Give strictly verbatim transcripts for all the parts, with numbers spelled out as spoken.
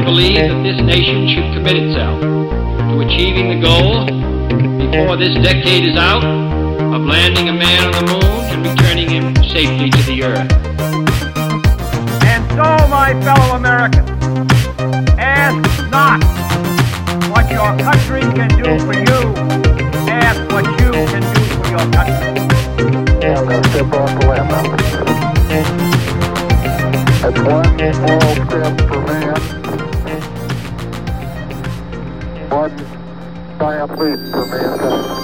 believe that this nation should commit itself to achieving the goal, before this decade is out, of landing a man on the moon and returning him safely to the earth. And so, my fellow Americans, ask not what your country can do for you, ask what you can do for your country. Yeah, I'm going to step off the land now. That's one small step for man, one giant leap for mankind.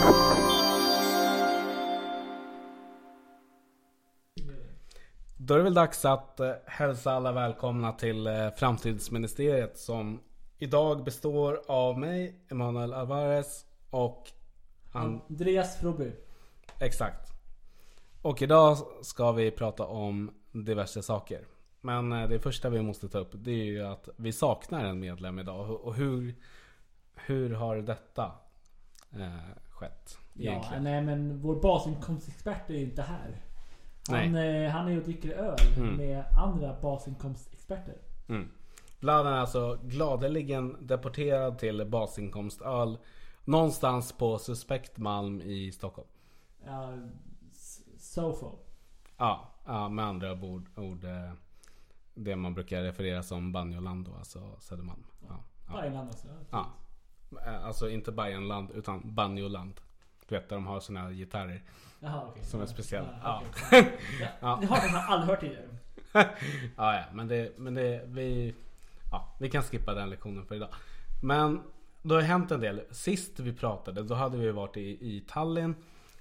Då är det väl dags att eh, hälsa alla välkomna till eh, Framtidsministeriet som idag består av mig, Emanuel Alvarez och And- Andreas Froby. Exakt. Och idag ska vi prata om diverse saker. Men eh, det första vi måste ta upp, det är ju att vi saknar en medlem idag. Och hur, hur har detta eh, skett egentligen? Ja, nej men vår basinkomstexpert är ju inte här. Han, eh, han är ju och dricker öl mm. med andra basinkomstexperter. Mm. Vlad är alltså gladeligen deporterad till basinkomstöl någonstans på Suspekt Malm i Stockholm. Ja, Sofo. Ja, ja, med andra ord, ord eh, det man brukar referera som Banjoland då, alltså Södermalm. Ja, ja. Bajenland alltså. Ja. Alltså inte Bajenland utan Banjoland. Du vet där de har såna här gitarrer. Jaha, okay. Som är speciella. Ja, ja. Okay. ja. ja. Det har jag aldrig hört tidigare. ja, ja, men det, men det vi, ja, vi kan skippa den lektionen för idag. Men då har det hänt en del. Sist vi pratade, då hade vi varit i, i Tallinn.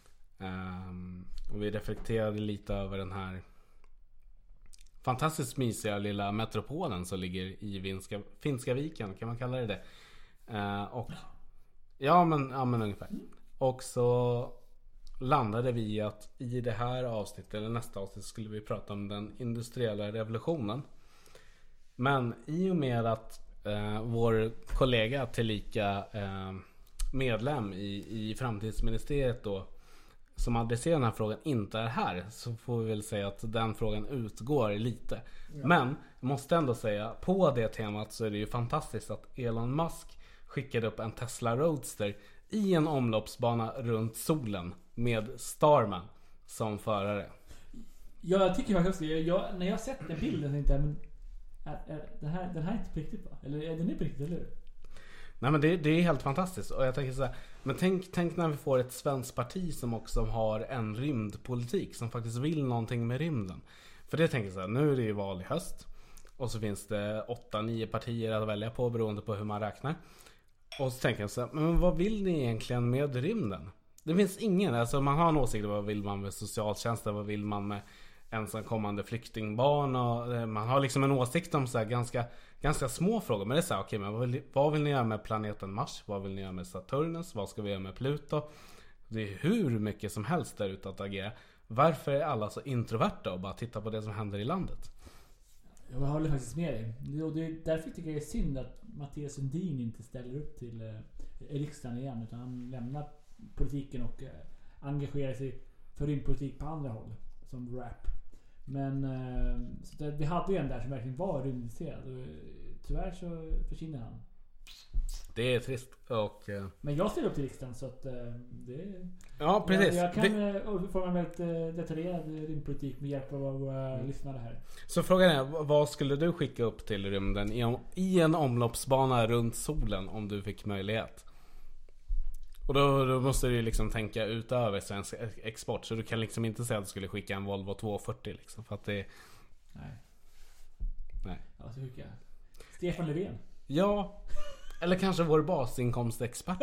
Um, och vi reflekterade lite över den här fantastiskt mysiga lilla metropolen som ligger i Finska, Finska viken, kan man kalla det det. Uh, och, ja, men, ja, men ungefär. Och så landade vi i att i det här avsnittet, eller nästa avsnitt, skulle vi prata om den industriella revolutionen. Men i och med att eh, vår kollega tillika eh, medlem i, i Framtidsministeriet då, som adresserar den här frågan, inte är här, så får vi väl säga att den frågan utgår lite. Ja. Men jag måste ändå säga, på det temat så är det ju fantastiskt att Elon Musk skickade upp en Tesla Roadster i en omloppsbana runt solen med Starman som förare. Ja, jag tycker faktiskt jag, jag, när jag sett den bilden tänkte jag, men är, är, den, här, den här är inte på riktigt, va? Eller är den inte på riktigt, eller hur? Nej, men det, det är helt fantastiskt. Och jag tänker så här, men tänk, tänk när vi får ett svenskt parti som också har en rymdpolitik, som faktiskt vill någonting med rymden. För det tänker jag så här, nu är det ju val i höst. Och så finns det åtta, nio partier att välja på beroende på hur man räknar. Och så tänker jag så här, men vad vill ni egentligen med rymden? Det finns ingen, alltså man har en åsikt, vad vill man med socialtjänsten, vad vill man med ensamkommande flyktingbarn, och man har liksom en åsikt om så här ganska, ganska små frågor. Men det är så här, okej, men vad vill, vad vill ni göra med planeten Mars? Vad vill ni göra med Saturnus? Vad ska vi göra med Pluto? Det är hur mycket som helst där ute att agera. Varför är alla så introverta och bara tittar på det som händer i landet? Jag håller faktiskt med dig. Och det är därför tycker jag det är synd att Mattias Sundin inte ställer upp till eh, riksdagen igen, utan han lämnar politiken och eh, engagerar sig för rymdpolitik på andra håll, som rap. Men eh, så det, vi hade ju en där som verkligen var rymdintresserad, och tyvärr så försvinner han. Det är trist. Och, uh... men jag ställer upp till riksdagen, så att uh, det ja, precis. Jag, jag kan det... uh, få en väldigt uh, detaljerad rymdpolitik med hjälp av våra uh, lyssnare här. Så frågan är, vad skulle du skicka upp till rymden i, i en omloppsbana runt solen om du fick möjlighet? Och då, då måste du liksom tänka utöver svensk export. Så du kan liksom inte säga att du skulle skicka en Volvo tvåhundrafyrtio liksom, för att det... Nej. Nej. Ja, så skicka Stefan Löfven. Ja. Eller kanske vår basinkomstexpert.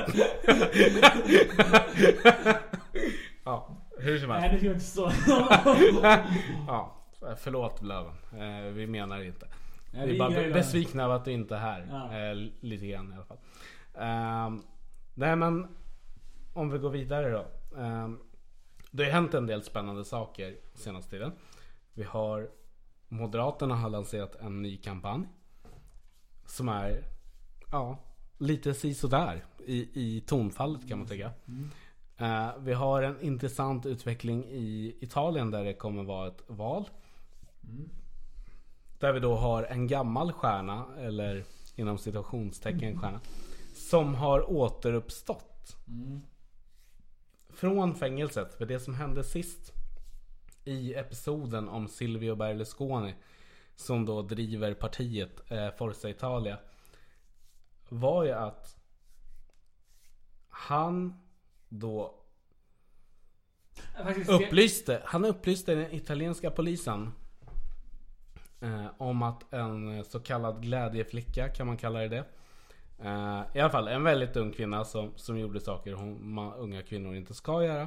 Ja, hur som helst. Nej, det är inte så. Ja, förlåt Löven. Eh, vi menar inte. Nej, vi är bara be- besvikna av att du inte är här. Ja. Eh, lite grann i alla fall. Eh, nej, men om vi går vidare då. Eh, det har hänt en del spännande saker senaste tiden. Vi har Moderaterna har lanserat en ny kampanj som är ja, lite sisådär i, i tonfallet, kan man tycka. Mm. Uh, vi har en intressant utveckling i Italien där det kommer vara ett val. Mm. Där vi då har en gammal stjärna, eller inom situationstecken stjärna, som har återuppstått Mm. från fängelset. För det som hände sist i episoden om Silvio Berlusconi, som då driver partiet eh, Forza Italia, var ju att han då Faktiskt, upplyste, han upplyste den italienska polisen eh, om att en så kallad glädjeflicka, kan man kalla det det, eh, i alla fall en väldigt ung kvinna som, som gjorde saker hon, ma, unga kvinnor inte ska göra,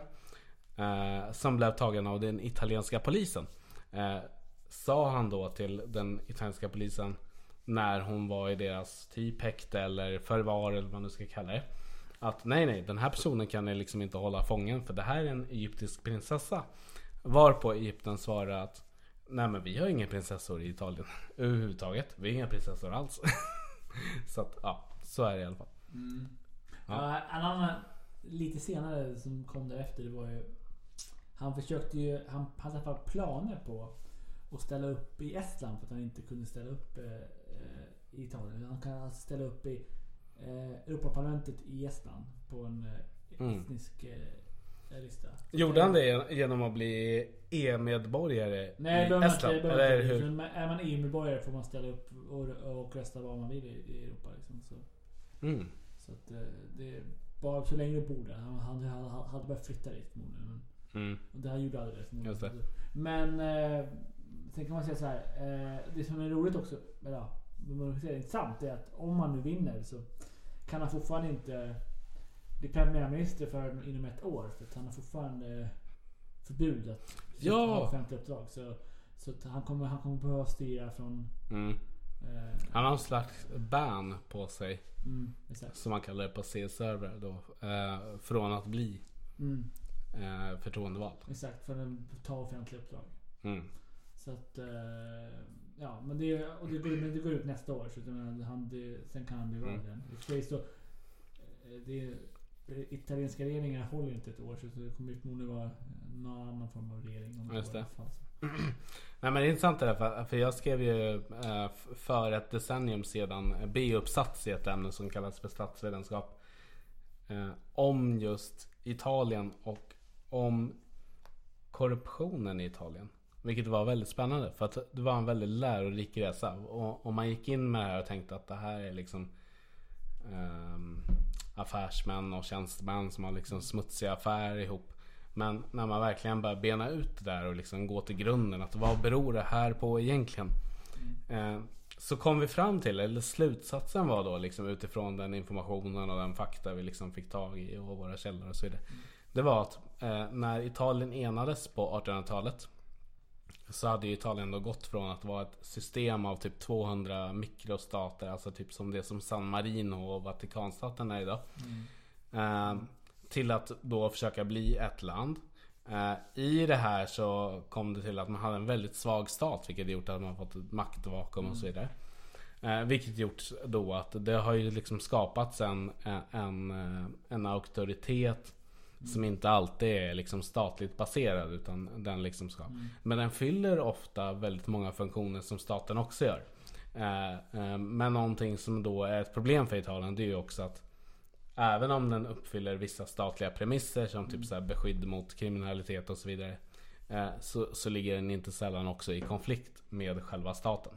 eh, som blev tagen av den italienska polisen, eh, sa han då till den italienska polisen när hon var i deras typ häkte eller förvar eller vad man nu ska kalla det, att nej nej, den här personen kan ni liksom inte hålla fången, för det här är en egyptisk prinsessa. Varpå Egypten svarar att nej, men vi har inga prinsessor i Italien överhuvudtaget, vi har inga prinsessor alls. Så att ja, så är det i alla fall. Mm. Ja. Ja, en annan lite senare som kom därefter, det var ju, han försökte ju, han hade i alla fall planer på att ställa upp i Estland för att han inte kunde ställa upp eh, i Italien. Han kan alltså ställa upp i eh, Europaparlamentet i Estland på en eh, Mm. etnisk eh, lista. Gjorde han det genom att bli E-medborgare Nej, i behöver man Estland? inte, behöver Eller inte. hur? Men är man E U-medborgare får man ställa upp och, och rösta vad man vill i, i Europa liksom, så. Mm. Så att eh, det är bara så länge du bor där. Han, han, han hade börjat flytta dit förmodligen, men Mm. det här gjorde aldrig det förmodligen. Just det. Men eh, sen kan man säga så här, eh, det som är roligt också, eller ja, man kan säga det är intressant, är att om man nu vinner så kan han fortfarande inte bli premiärminister för inom ett år, för att han har fortfarande förbud att Ja. ha offentliga uppdrag, så, så att han kommer han kommer behöva styra från Mm. eh, Han har en slags ban på sig, mm, exakt. som man kallar det på C-server då, eh, från att bli Mm, eh, förtroendevald. exakt, för att ta offentliga uppdrag. Mm. Så att eh, ja, men det, och det, går, det går ut nästa år, så att, men, han, det, sen kan han bli vald Mm. igen. I och för sig så, eh, det, det italienska regeringar håller inte ett år, så det kommer förmodligen vara någon annan form av regering om Just år i det. alla fall. Nej, men det är intressant det där, för, för jag skrev ju eh, f- för ett decennium sedan B-uppsats i ett ämne som kallas för statsvetenskap, eh, om just Italien och om korruptionen i Italien. Vilket var väldigt spännande, för att det var en väldigt lärorik resa. Och, och man gick in med det här och tänkte att det här är liksom ehm, affärsmän och tjänstemän som har liksom smutsiga affärer ihop. Men när man verkligen börjar bena ut det där och liksom gå till grunden, att vad beror det här på egentligen? Eh, så kom vi fram till, eller slutsatsen var då liksom utifrån den informationen och den fakta vi liksom fick tag i och våra källor och så vidare. Det var att eh, när Italien enades på artonhundratalet, så hade ju Italien då gått från att vara ett system av typ tvåhundra mikrostater, alltså typ som det som San Marino och Vatikanstaten är idag, eh, till att då försöka bli ett land. Eh, I det här så kom det till att man hade en väldigt svag stat, vilket gjort att man fått ett maktvakuum och så vidare. Eh, vilket gjort då att det har ju liksom skapats en, en, en auktoritet som inte alltid är liksom statligt baserad, utan den liksom ska. Mm. Men den fyller ofta väldigt många funktioner som staten också gör. Eh, eh, men någonting som då är ett problem för Italien, det är ju också att även om den uppfyller vissa statliga premisser som typ så här beskydd mot kriminalitet och så vidare, eh, så, så ligger den inte sällan också i konflikt med själva staten.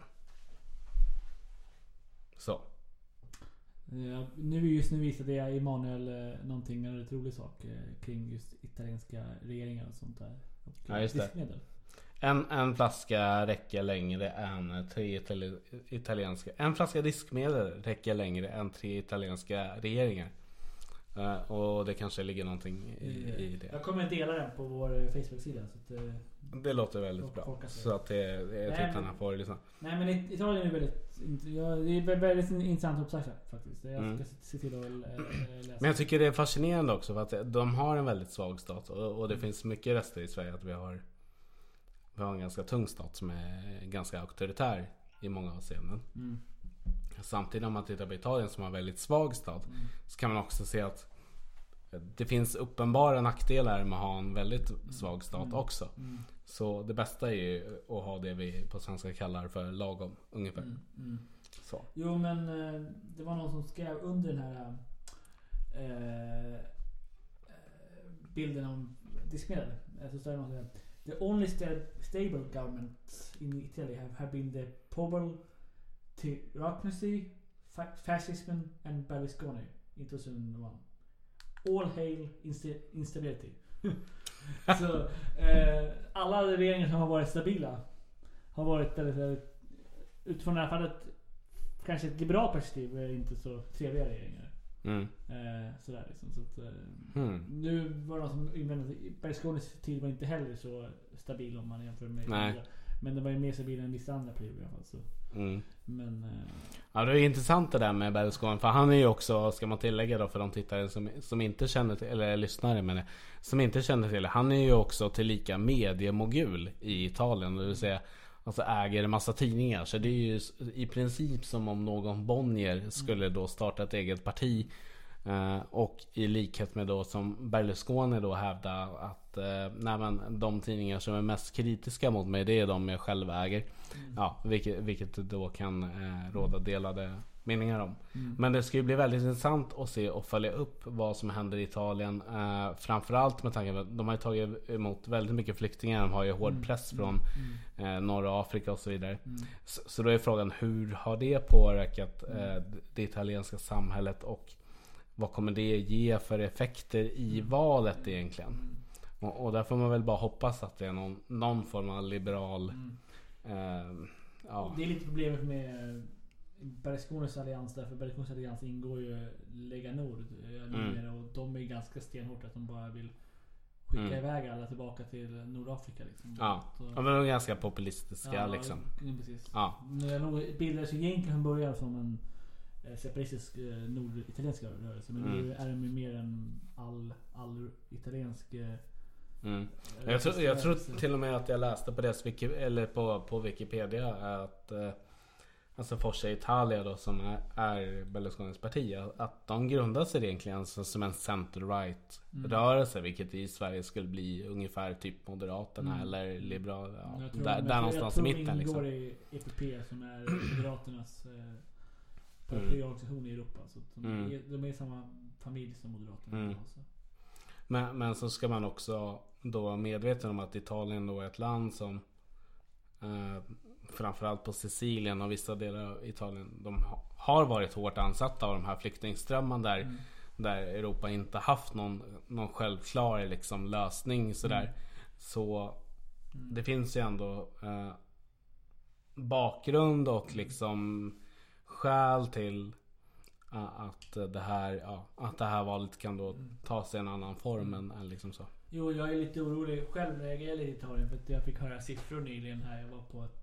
Så. Ja, nu just nu visade jag Emanuel eh, någonting, en rätt rolig sak eh, kring just italienska regeringar och sånt där. Och, ja, just det. diskmedel. En, en flaska räcker längre än tre itali- italienska En flaska diskmedel räcker längre än tre italienska regeringar. Uh, och det kanske ligger någonting i, i det. Jag kommer dela den på vår Facebook-sida, så att, eh, Det låter väldigt bra. Så att det, det är tittarna får lyssna. Nej, men Italien är väldigt, ja, det är väldigt intressant uppsagt faktiskt. Jag ska Mm. se till att äh, läsa. Men jag tycker det är fascinerande också, för att de har en väldigt svag stat. Och, och det mm. finns mycket rester i Sverige att vi har Vi har en ganska tung stat som är ganska auktoritär i många avseenden. Mm. Samtidigt om man tittar på Italien som har en väldigt svag stat, mm. så kan man också se att det finns uppenbara nackdelar med att ha en väldigt svag stat Mm. också. Mm. Så det bästa är ju att ha det vi på svenska kallar för lagom ungefär. Mm. Mm. Så. Jo, men eh, det var någon som skrev under den här eh, eh, bilden om diskmedel. Så står det något där. The only sta- stable government in Italy have, have been the Pobble Tyranny, fa- fascism and Berlusconi in two thousand one. All hail insta- instability. Så eh, alla regeringar som har varit stabila har varit väldigt, utifrån det här fallet, kanske ett liberalt perspektiv, är inte så trevliga regeringar. Mm. Eh, sådär liksom. Så att, eh, Mm. nu var det någon som invände att Berlusconis tid var inte heller så stabil om man jämför med Nej. andra. Men det var ju mer stabil än vissa andra perioder i alla fall. Så. Mm. Men eh, Ja, det är intressant det där med Berlusconi, för han är ju också, ska man tillägga då för de tittare som, som inte känner till, eller lyssnare men som inte känner till det, han är ju också tillika mediemogul i Italien, det vill säga alltså äger en massa tidningar, så det är ju i princip som om någon Bonnier skulle då starta ett eget parti. Uh, och i likhet med då som Berlusconi då hävdar att uh, nej, men de tidningar som är mest kritiska mot mig, det är de jag själv äger. Mm. Ja, vilket, vilket då kan uh, råda delade meningar om. Mm. Men det ska ju bli väldigt intressant att se och följa upp vad som händer i Italien. Uh, framförallt med tanke på att de har ju tagit emot väldigt mycket flyktingar. De har ju hård press från uh, norra Afrika och så vidare. Mm. Så, så då är frågan, hur har det påverkat uh, det italienska samhället, och vad kommer det ge för effekter i valet egentligen? Och, och där får man väl bara hoppas att det är någon, någon form av liberal... Mm. Eh, ja. Det är lite problemet med Berlusconis allians, därför Berlusconis allians ingår ju Lega Nord mm. och de är ganska stenhårt att de bara vill skicka mm. iväg alla tillbaka till Nordafrika liksom. Ja, så, ja, men de är ganska populistiska ja, liksom. Precis. Ja. Det bildades ju egentligen från början som en separatistisk norditaliensk rörelse, men mm. nu är de ju mer än all, all italiensk mm. jag, tror, jag tror till och med att jag läste på det eller på, på Wikipedia att eh, alltså Forza Italia då, som är, är Berlusconis parti, att de grundar sig egentligen som en center-right mm. rörelse, vilket i Sverige skulle bli ungefär typ Moderaterna mm. eller Liberala, ja, tror, där, där någonstans i mitten liksom. Jag tror det ingår i E P P som är Moderaternas eh, paraplyorganisation i Europa, så de, mm. är, de är samma familj som Moderaterna. Mm. Men, men så ska man också då vara medveten om att Italien då är ett land som eh, framförallt på Sicilien och vissa delar av Italien, de har varit hårt ansatta av de här flyktingströmmarna där, mm. där Europa inte haft någon, någon självklar liksom, lösning sådär. Mm. Så mm. det finns ju ändå eh, bakgrund och liksom skäl till uh, att det här ja, att det här valet kan då ta sig en annan form än, än liksom så. Jo, jag är lite orolig själv när jag gäller Italien, för att jag fick höra siffror nyligen här. Jag var på ett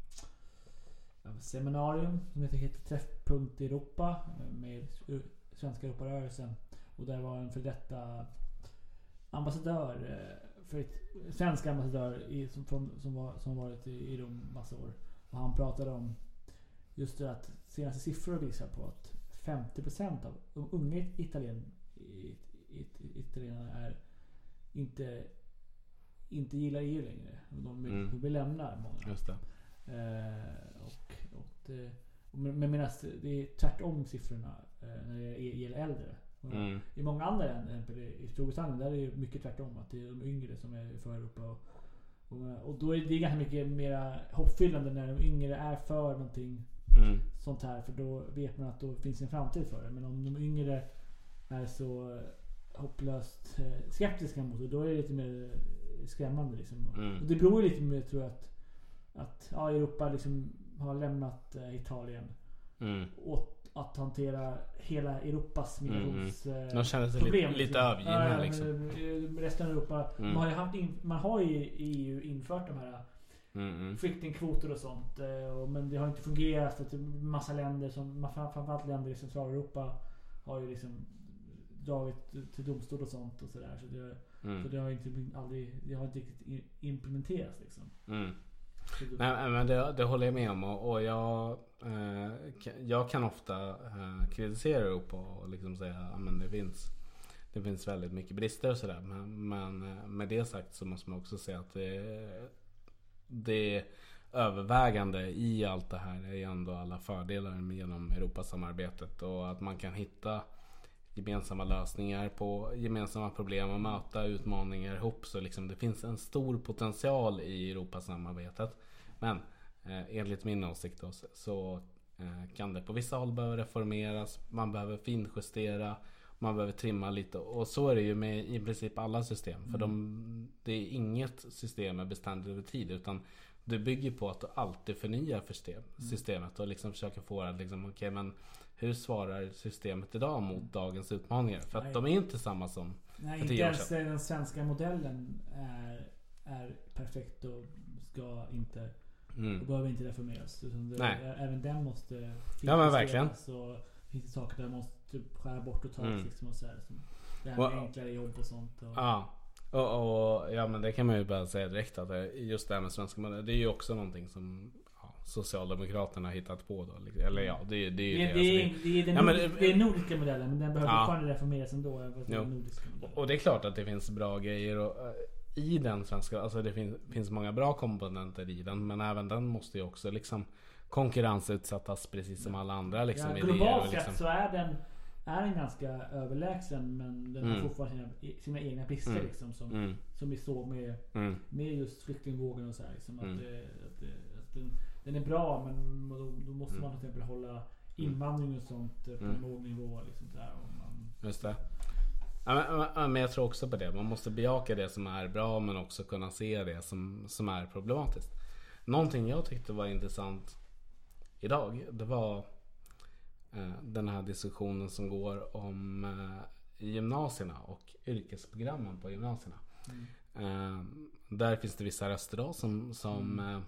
eh, seminarium som heter, heter Träffpunkt Europa med Svenska Europarörelsen, och där var en för detta ambassadör eh, för ett svensk ambassadör i, som, från, som, var, som varit i, i Rom massa år, och han pratade om just det att senaste siffror visar på att femtio procent av de unga italien, italienarna är inte inte gillar E U längre. De vill, mm. vill lämna många. Just det. Eh, och, och det, men medan det är tvärtom siffrorna eh, när det gäller äldre. Mm. I många andra länder, i Storbritannien, där är det mycket tvärtom, att det är de yngre som är för Europa. Och, och, och då är det ganska mycket mer hoppfyllande när de yngre är för någonting mm. sånt här, för då vet man att då finns en framtid för det. Men om de yngre är så hopplöst skeptiska mot det, då är det lite mer skrämmande liksom. Mm. Och det beror lite mer, tror jag, att, att ja, Europa liksom har lämnat äh, Italien mm. åt att hantera hela Europas migrations mm. De känner sig problem, lite, lite övergivna äh, liksom. Resten av Europa mm. man har ju haft in, man har ju i E U infört de här mm. flyktingkvoter och sånt, och, men det har inte fungerat för att massa länder som framförallt länder i Centraleuropa har ju liksom dragit till domstol och sånt och sådär, så det, mm. så det har inte aldrig, det har inte riktigt implementerats liksom. Mm. Nej, men det, det håller jag med om, och, och jag eh, jag kan ofta eh, kritisera Europa och liksom säga att det finns det finns väldigt mycket brister och sådär. Men, men med det sagt så måste man också säga att det, det övervägande i allt det här är ju ändå alla fördelar genom Europasamarbetet. Och att man kan hitta gemensamma lösningar på gemensamma problem och möta utmaningar ihop. Så liksom det finns en stor potential i Europasamarbetet. Men eh, enligt min åsikt då, så eh, kan det på vissa håll behöva reformeras. Man behöver finjustera. Man behöver trimma lite. Och så är det ju med i princip alla system. För de, det är inget system är beständigt över tid. Utan det bygger på att du alltid förnyar system, systemet. Och liksom försöker få det liksom, okej okay, men hur svarar systemet idag mot dagens utmaningar? För att Nej. de är inte samma som Nej, för inte tio år ens sedan. den svenska modellen är, är perfekt och ska inte Mm. och behöver inte reformeras. Utan det, Nej. även den måste Ja, men verkligen. Så finns det saker där man måste typ skära bort och ta Mm. liksom och så här, som det här Och- med enklare jobb och sånt. Och, Ja. Och, och ja, men det kan man ju bara säga direkt att det, just det här med svenska modellen, det är ju också någonting som ja, Socialdemokraterna har hittat på då. liksom. Eller ja, det, det är ju det, det, det, alltså, är, det är den Ja, men nord- det- det är nordiska modellen, men den behöver Ja. fortfarande reformeras ändå. även fast det är Jo. den nordiska modellen. Och det är klart att det finns bra grejer och, uh, i den svenska, alltså det finns, finns många bra komponenter i den, men även den måste ju också liksom konkurrensutsättas precis som alla andra liksom, Ja, idéer globalt och sett liksom, så är den är den ganska överlägsen, men den har Mm. fortfarande sina, sina egna brister Mm. liksom, som, mm, som vi såg med, mm, med just flyktingvågen och så här, liksom, Mm. att, det, att, det, att den, den är bra, men då, då måste Mm. man till exempel hålla invandring och sånt eh, på Mm. en låg nivå liksom, där, och man, just det. Ja, men, men- men jag tror också på det. Man måste bejaka det som är bra, men också kunna se det som, som är problematiskt. Någonting jag tyckte var intressant idag, det var eh, den här diskussionen som går om eh, gymnasierna och yrkesprogrammen på gymnasierna. Eh, där finns det vissa röster då som, som, eh,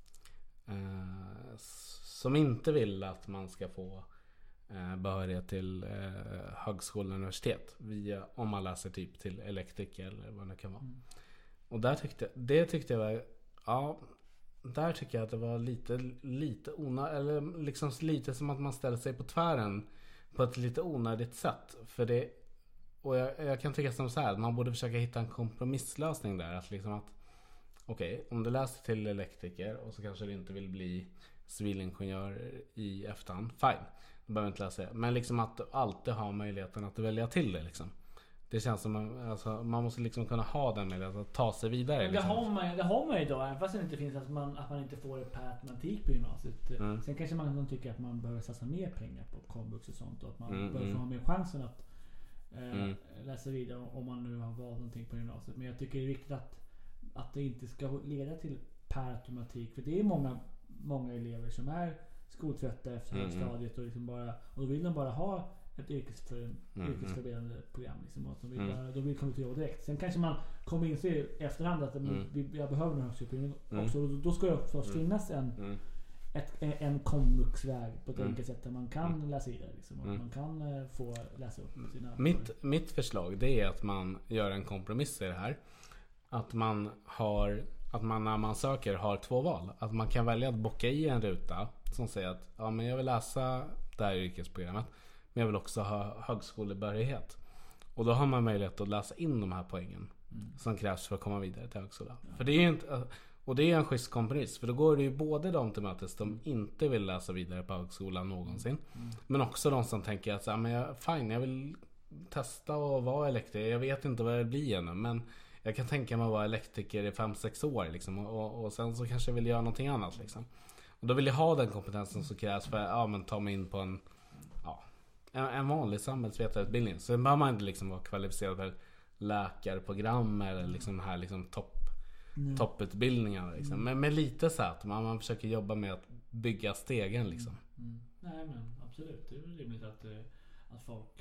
eh, som inte vill att man ska få eh, behörighet till eh, högskola och universitet via, om man läser typ till elektriker eller vad det kan vara. Mm. Och där tyckte, det tyckte jag var, ja, där tycker jag att det var lite, lite onödigt, eller liksom lite som att man ställer sig på tvären på ett lite onödigt sätt. För det, och jag, jag kan tycka som så här, att man borde försöka hitta en kompromisslösning där. Att liksom att, okej, okay, om du läser till elektriker och så kanske du inte vill bli civilingenjör i efterhand, fine. Du behöver inte läsa det. Men liksom att du alltid har möjligheten att välja till det liksom. Det känns som att alltså, man måste liksom kunna ha den möjligheten att ta sig vidare. Men det, Liksom. har man, det har man ju idag, även fast det inte finns att man, att man inte får det per automatik på gymnasiet. Mm. Sen kanske man, man tycker att man behöver satsa mer pengar på komvux och sånt, och att man Mm, behöver få mm. ha mer chansen att eh, Mm. läsa vidare om man nu har valt någonting på gymnasiet. Men jag tycker det är viktigt att, att det inte ska leda till per automatik, för det är många, många elever som är skoltrötta efter Mm, högstadiet och, liksom bara, och då vill de bara ha ett yrkesför, Mm, yrkesförberedande program liksom, och att de vill Mm. bara, då vill komma till jobb direkt. Sen kanske man kommer in i efterhand att Mm. vi, jag behöver en högskoleutbildning Mm. också. Då, då ska det förstås Mm. finnas en, Mm. ett, en komvuxväg på ett Mm. enkelt sätt där man kan Mm. läsa vidare liksom, och Mm. man kan eh, få läsa upp sina Mitt, mitt förslag det är att man gör en kompromiss i det här. Att man har, att man när man söker har två val. Att man kan välja att bocka i en ruta som säger att ja, men jag vill läsa det här yrkesprogrammet, men jag vill också ha högskolebehörighet. Och då har man möjlighet att läsa in de här poängen Mm. som krävs för att komma vidare till högskolan. För det är ju inte, och det är en schysst kompromiss, för då går det ju både de till mötes som inte vill läsa vidare på högskolan någonsin, Mm. men också de som tänker att så här, men jag, fine, jag vill testa att vara elektriker. Jag vet inte vad det blir ännu, men jag kan tänka mig att vara elektriker i fem sex år liksom, och, och sen så kanske jag vill göra någonting annat liksom. Och då vill jag ha den kompetensen som krävs för att ja, men ta mig in på en, ja, en, en vanlig samhällsvetarutbildning. Så behöver man inte liksom vara kvalificerad för läkarprogram eller liksom här liksom topp Mm. topputbildningar liksom. Men med lite så att man, man försöker jobba med att bygga stegen liksom. Mm. Nej men absolut, det är väl rimligt att, eh, att folk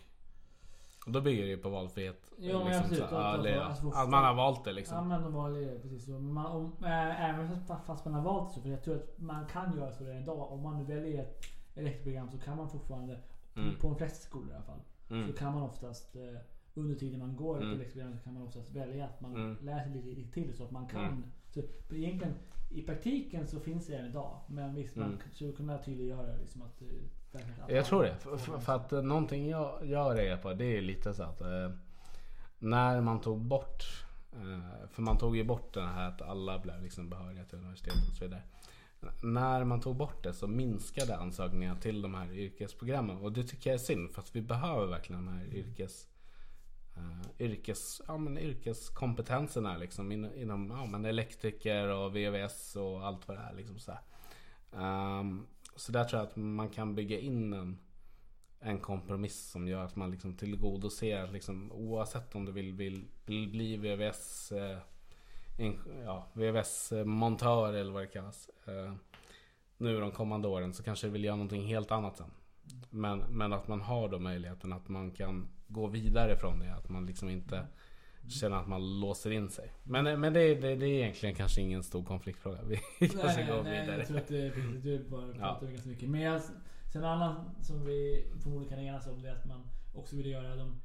Och då bygger det ju på valfrihet. Ja, men liksom, absolut. så, Att- ja, att- det- att få- att man har valt det liksom. Ja men de var det, precis så. Man, om, äh, även fast, fast man har valt så, för jag tror att man kan göra så redan idag. Om man nu väljer ett elektroprogram så kan man fortfarande, Mm. på de flesta skolor i alla fall, Mm. så kan man oftast eh, under tiden man går Mm. ett elektroprogram så kan man oftast välja att man Mm. läser lite, lite till så att man kan. Mm. Så egentligen i praktiken så finns det redan idag, men visst man Mm. skulle kunna tydliggöra liksom att, eh, verkligen att Jag tror det. alla För, får för, för att eh, någonting jag gör är på, det är lite så att eh, när man tog bort, eh, för man tog ju bort den här att alla blev liksom behöriga till universitetet och så vidare. När man tog bort det så minskade ansökningarna till de här yrkesprogrammen, och det tycker jag är synd, för att vi behöver verkligen de här yrkes uh, yrkes, ja, men yrkeskompetenserna liksom in, inom ja, men elektriker och V V S och allt vad det är liksom så här. Um, så där tror jag att man kan bygga in en, en kompromiss som gör att man liksom tillgodoser liksom, oavsett om du vill, vill, vill bli V V S uh, En, ja, V V S-montör eller vad det kallas eh, nu de kommande åren, så kanske vill göra någonting helt annat sen. Men, men att man har då möjligheten att man kan gå vidare från det, att man liksom inte känner att man låser in sig. Men, men det, det, det är egentligen kanske ingen stor konfliktfråga. Vi kanske nej, går nej, vidare. Jag tror att det är du bara pratar ja. ganska mycket. Men jag, sen en annan som vi förmodligen kan enas om, det är att man också vill göra de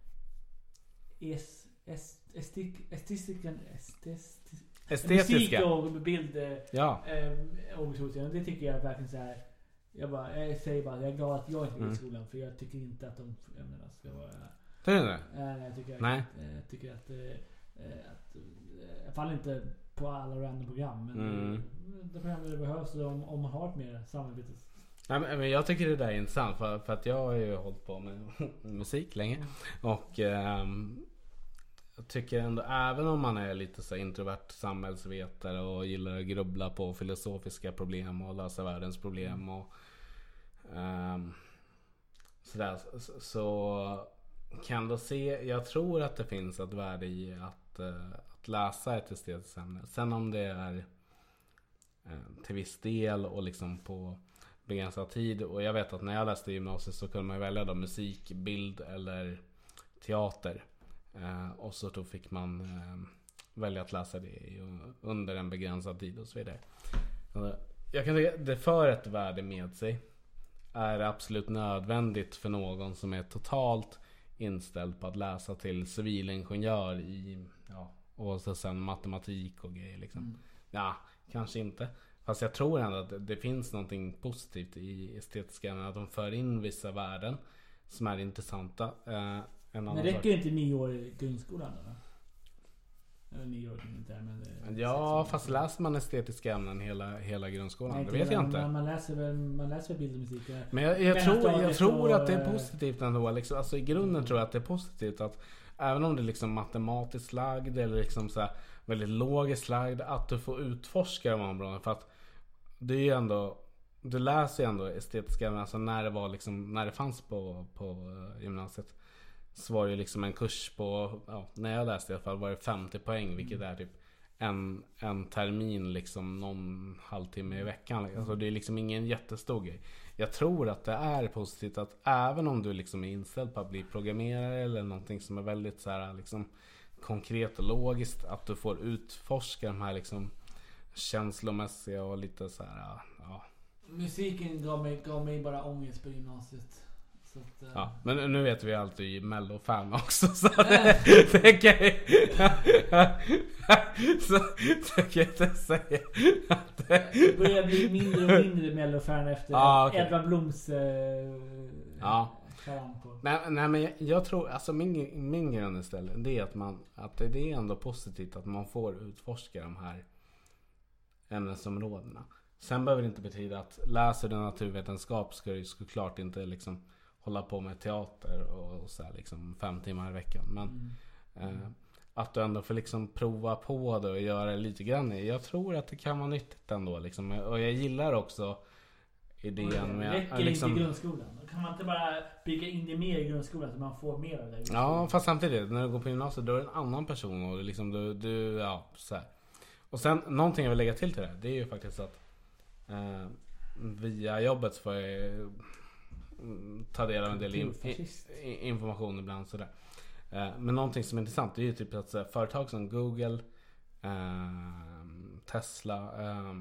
es, es, estik, estetiken estes, Estetiska. musik och bild ja. eh, och det tycker jag verkligen så här. Jag bara jag säger bara jag är glad att jag inte går mm. i skolan, för jag tycker inte att de ämnena ska vara. Tror du det? Nej, jag tycker Nej. Jag, jag tycker att eh, att jag faller inte på alla random program, men mm. det program det behövs om, om man har ett mer samarbete. Nej, men jag tycker det där är intressant, för, för att jag har ju hållit på med musik länge mm. och um, jag tycker ändå, även om man är lite så introvert samhällsvetare och gillar att grubbla på filosofiska problem och lösa världens problem och um, sådär, så, så kan då se, jag tror att det finns ett värde i att, uh, att läsa ett estetiskt ämne. Sen om det är uh, till viss del och liksom på begränsad tid, och jag vet att när jag läste i gymnasiet så kunde man välja då musik, bild eller teater. Uh, och så då fick man uh, välja att läsa det i, under en begränsad tid och så vidare. Uh, jag kan säga att det för ett värde med sig är absolut nödvändigt för någon som är totalt inställd på att läsa till civilingenjör i ja, och så sen matematik och grejer liksom. Mm. Ja, kanske inte. Fast jag tror ändå att det, det finns någonting positivt i estetiska, att de för in vissa värden som är intressanta. Uh, En men räcker sak. Inte nio år i grundskolan då? Eller nio år inte, men det ja, fast läser man estetiska ämnen hela, hela grundskolan? Nej, det vet det, jag inte. Man, man läser väl man läser väl bild och musik. Men jag, jag tror, jag tror att det är positivt ändå. Liksom. Alltså i grunden mm. tror jag att det är positivt att även om det är liksom matematiskt lagd eller liksom så här väldigt logiskt lagd, att du får utforska de områdena, för att det är ju ändå, du läser ju ändå estetiska ämnen, alltså när det var liksom, när det fanns på, på gymnasiet. Så var det liksom en kurs på, ja, när jag läste i alla fall var det femtio poäng, vilket är typ en, en termin liksom någon halvtimme i veckan. Alltså det är liksom ingen jättestor grej. Jag tror att det är positivt att även om du liksom är inställd på att bli programmerare eller någonting som är väldigt så här liksom konkret och logiskt, att du får utforska de här liksom känslomässiga och lite så här, ja. Musiken gav mig, gav mig bara ångest på gymnasiet. Så att, uh... ja, men nu vet vi allt du är Mello-fan också, så det, det kan jag så det kan jag inte säga att det börjar bli mindre och mindre Mello-fan efter ah, okay. Edvard Bloms uh, ja. på. Nej, nej men jag, jag tror alltså min, min grund istället, det är att man att det, det är ändå positivt att man får utforska de här ämnesområdena. Sen behöver det inte betyda att läser du naturvetenskap ska du såklart inte liksom hålla på med teater och, och så här liksom fem timmar i veckan, men mm. eh, att du ändå får liksom prova på det och göra lite grann. Jag tror att det kan vara nyttigt ändå liksom. Och jag gillar också idén med räcker liksom, inte i grundskolan. Kan man inte bara bygga in det mer i grundskolan så man får mer av det? Ja, fast samtidigt när du går på gymnasiet då är det en annan person och liksom du, du ja så här. Och sen någonting jag vill lägga till till det, det är ju faktiskt att eh, via jobbet så får jag ta del av en del in, in, information ibland sådär. Eh, men någonting som är intressant är ju typ att så, företag som Google, eh, Tesla, eh,